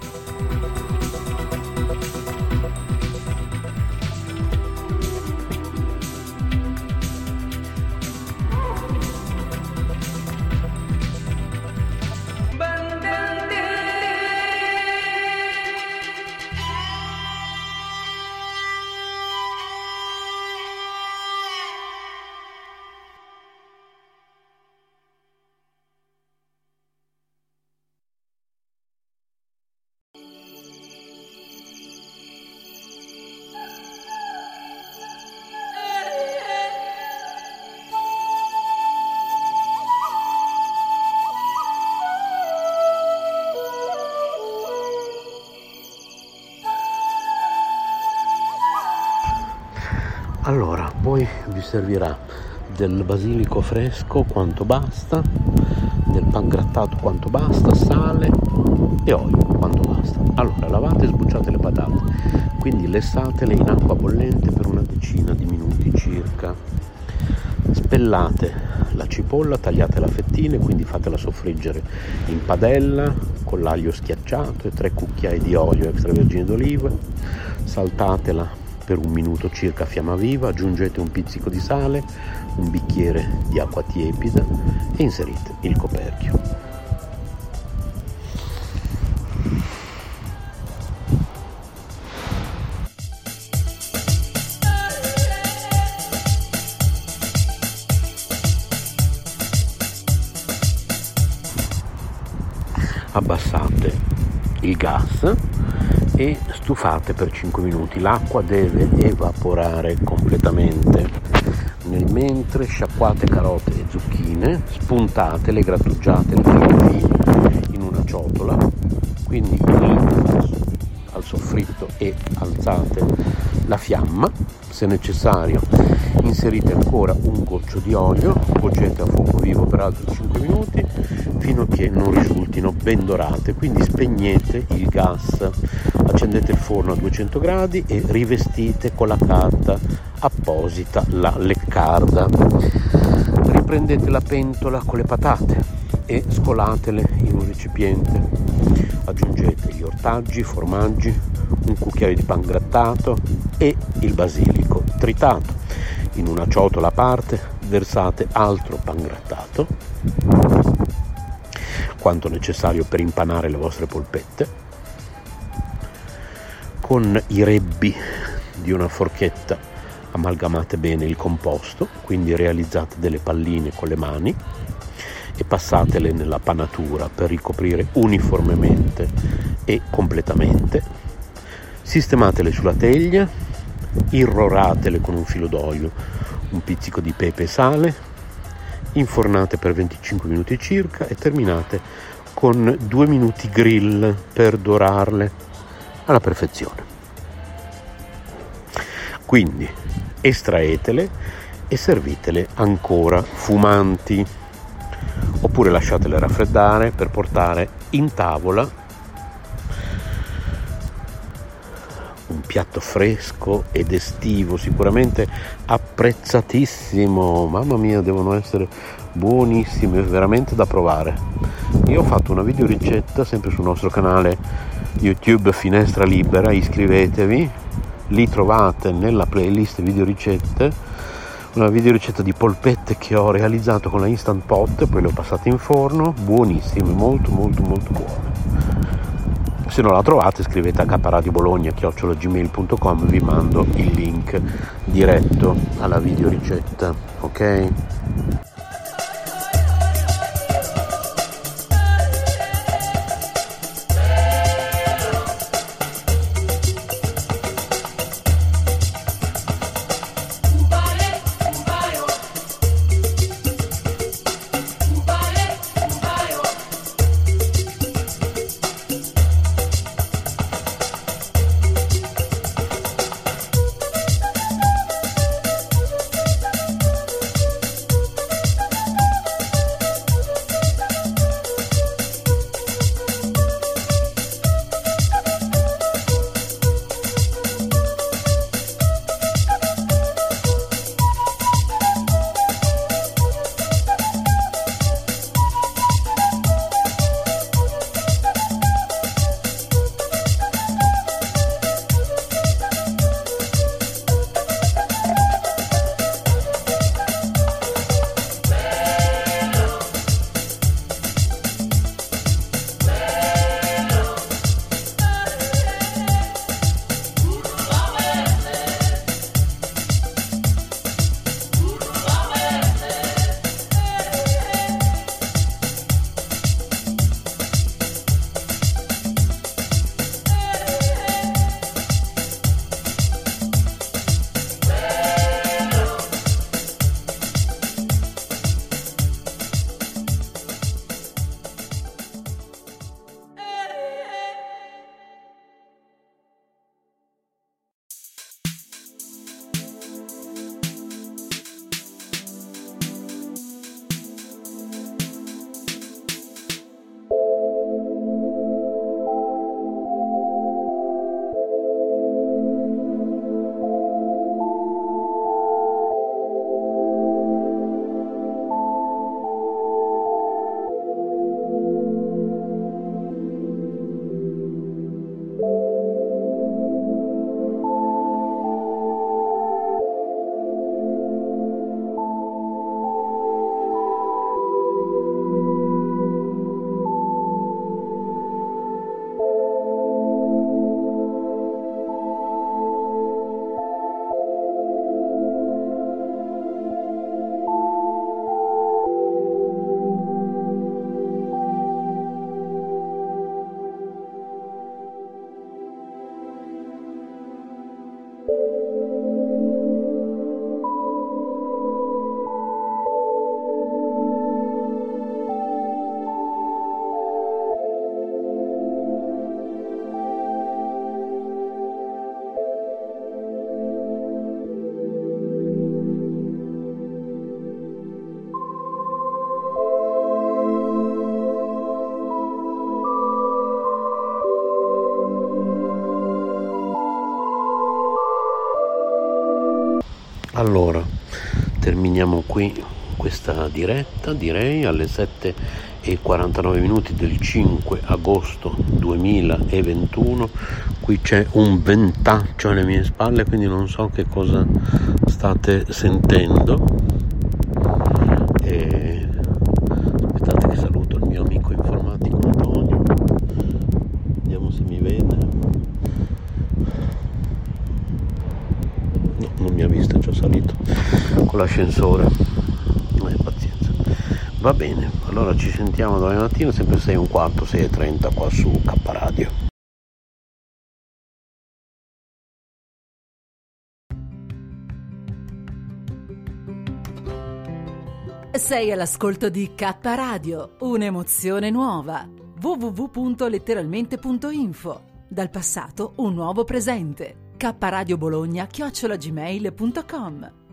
Allora, poi vi servirà del basilico fresco quanto basta, del pangrattato quanto basta, sale e olio quanto basta. Allora, lavate e sbucciate le patate, quindi lessatele in acqua bollente per una decina di minuti circa. Spellate la cipolla, tagliatela a fettine, quindi fatela soffriggere in padella con l'aglio schiacciato e tre cucchiai di olio extravergine d'oliva. Saltatela per un minuto circa a fiamma viva, aggiungete un pizzico di sale, un bicchiere di acqua tiepida e inserite il coperchio. Abbassate il gas e stufate per cinque minuti. L'acqua deve evaporare completamente. Nel mentre sciacquate carote e zucchine, spuntatele, grattugiatele in una ciotola, quindi al soffritto, e alzate la fiamma. Se necessario inserite ancora un goccio di olio, cuocete a fuoco vivo per altri cinque minuti fino a che non risultino ben dorate, quindi spegnete il gas, accendete il forno a duecento gradi e rivestite con la carta apposita la leccarda. Riprendete la pentola con le patate e scolatele in un recipiente, aggiungete gli ortaggi, i formaggi, un cucchiaio di pangrattato e il basilico tritato. In una ciotola a parte versate altro pangrattato, quanto necessario per impanare le vostre polpette. Con i rebbi di una forchetta amalgamate bene il composto, quindi realizzate delle palline con le mani e passatele nella panatura per ricoprire uniformemente e completamente. Sistematele sulla teglia, irroratele con un filo d'olio, un pizzico di pepe e sale, infornate per venticinque minuti circa e terminate con due minuti grill per dorarle alla perfezione. Quindi estraetele e servitele ancora fumanti, oppure lasciatele raffreddare per portare in tavola. Un piatto fresco ed estivo, sicuramente apprezzatissimo. Mamma mia, devono essere buonissime, veramente da provare. Io ho fatto una video ricetta sempre sul nostro canale YouTube Finestra Libera, iscrivetevi, lì trovate nella playlist video ricette una video ricetta di polpette che ho realizzato con la Instant Pot, poi le ho passate in forno, buonissime, molto molto molto buone. Se non la trovate scrivete a kradiobologna chiocciola gmail punto com, vi mando il link diretto alla video ricetta, ok? Allora, terminiamo qui questa diretta, direi alle sette e quarantanove minuti del cinque agosto duemilaventuno. Qui c'è un ventaccio alle mie spalle, quindi non so che cosa state sentendo. E... aspettate che saluto il mio amico informatico Antonio, vediamo se mi vede. No, non mi ha visto, ci ho salito con l'ascensore. Eh, pazienza. Va bene, allora ci sentiamo domani mattina, sempre sei e un quarto, sei e trenta qua su K Radio. Sei all'ascolto di K Radio, un'emozione nuova. w w w punto letteralmente punto info. Dal passato un nuovo presente. K Radio Bologna chiocciola gmail punto com.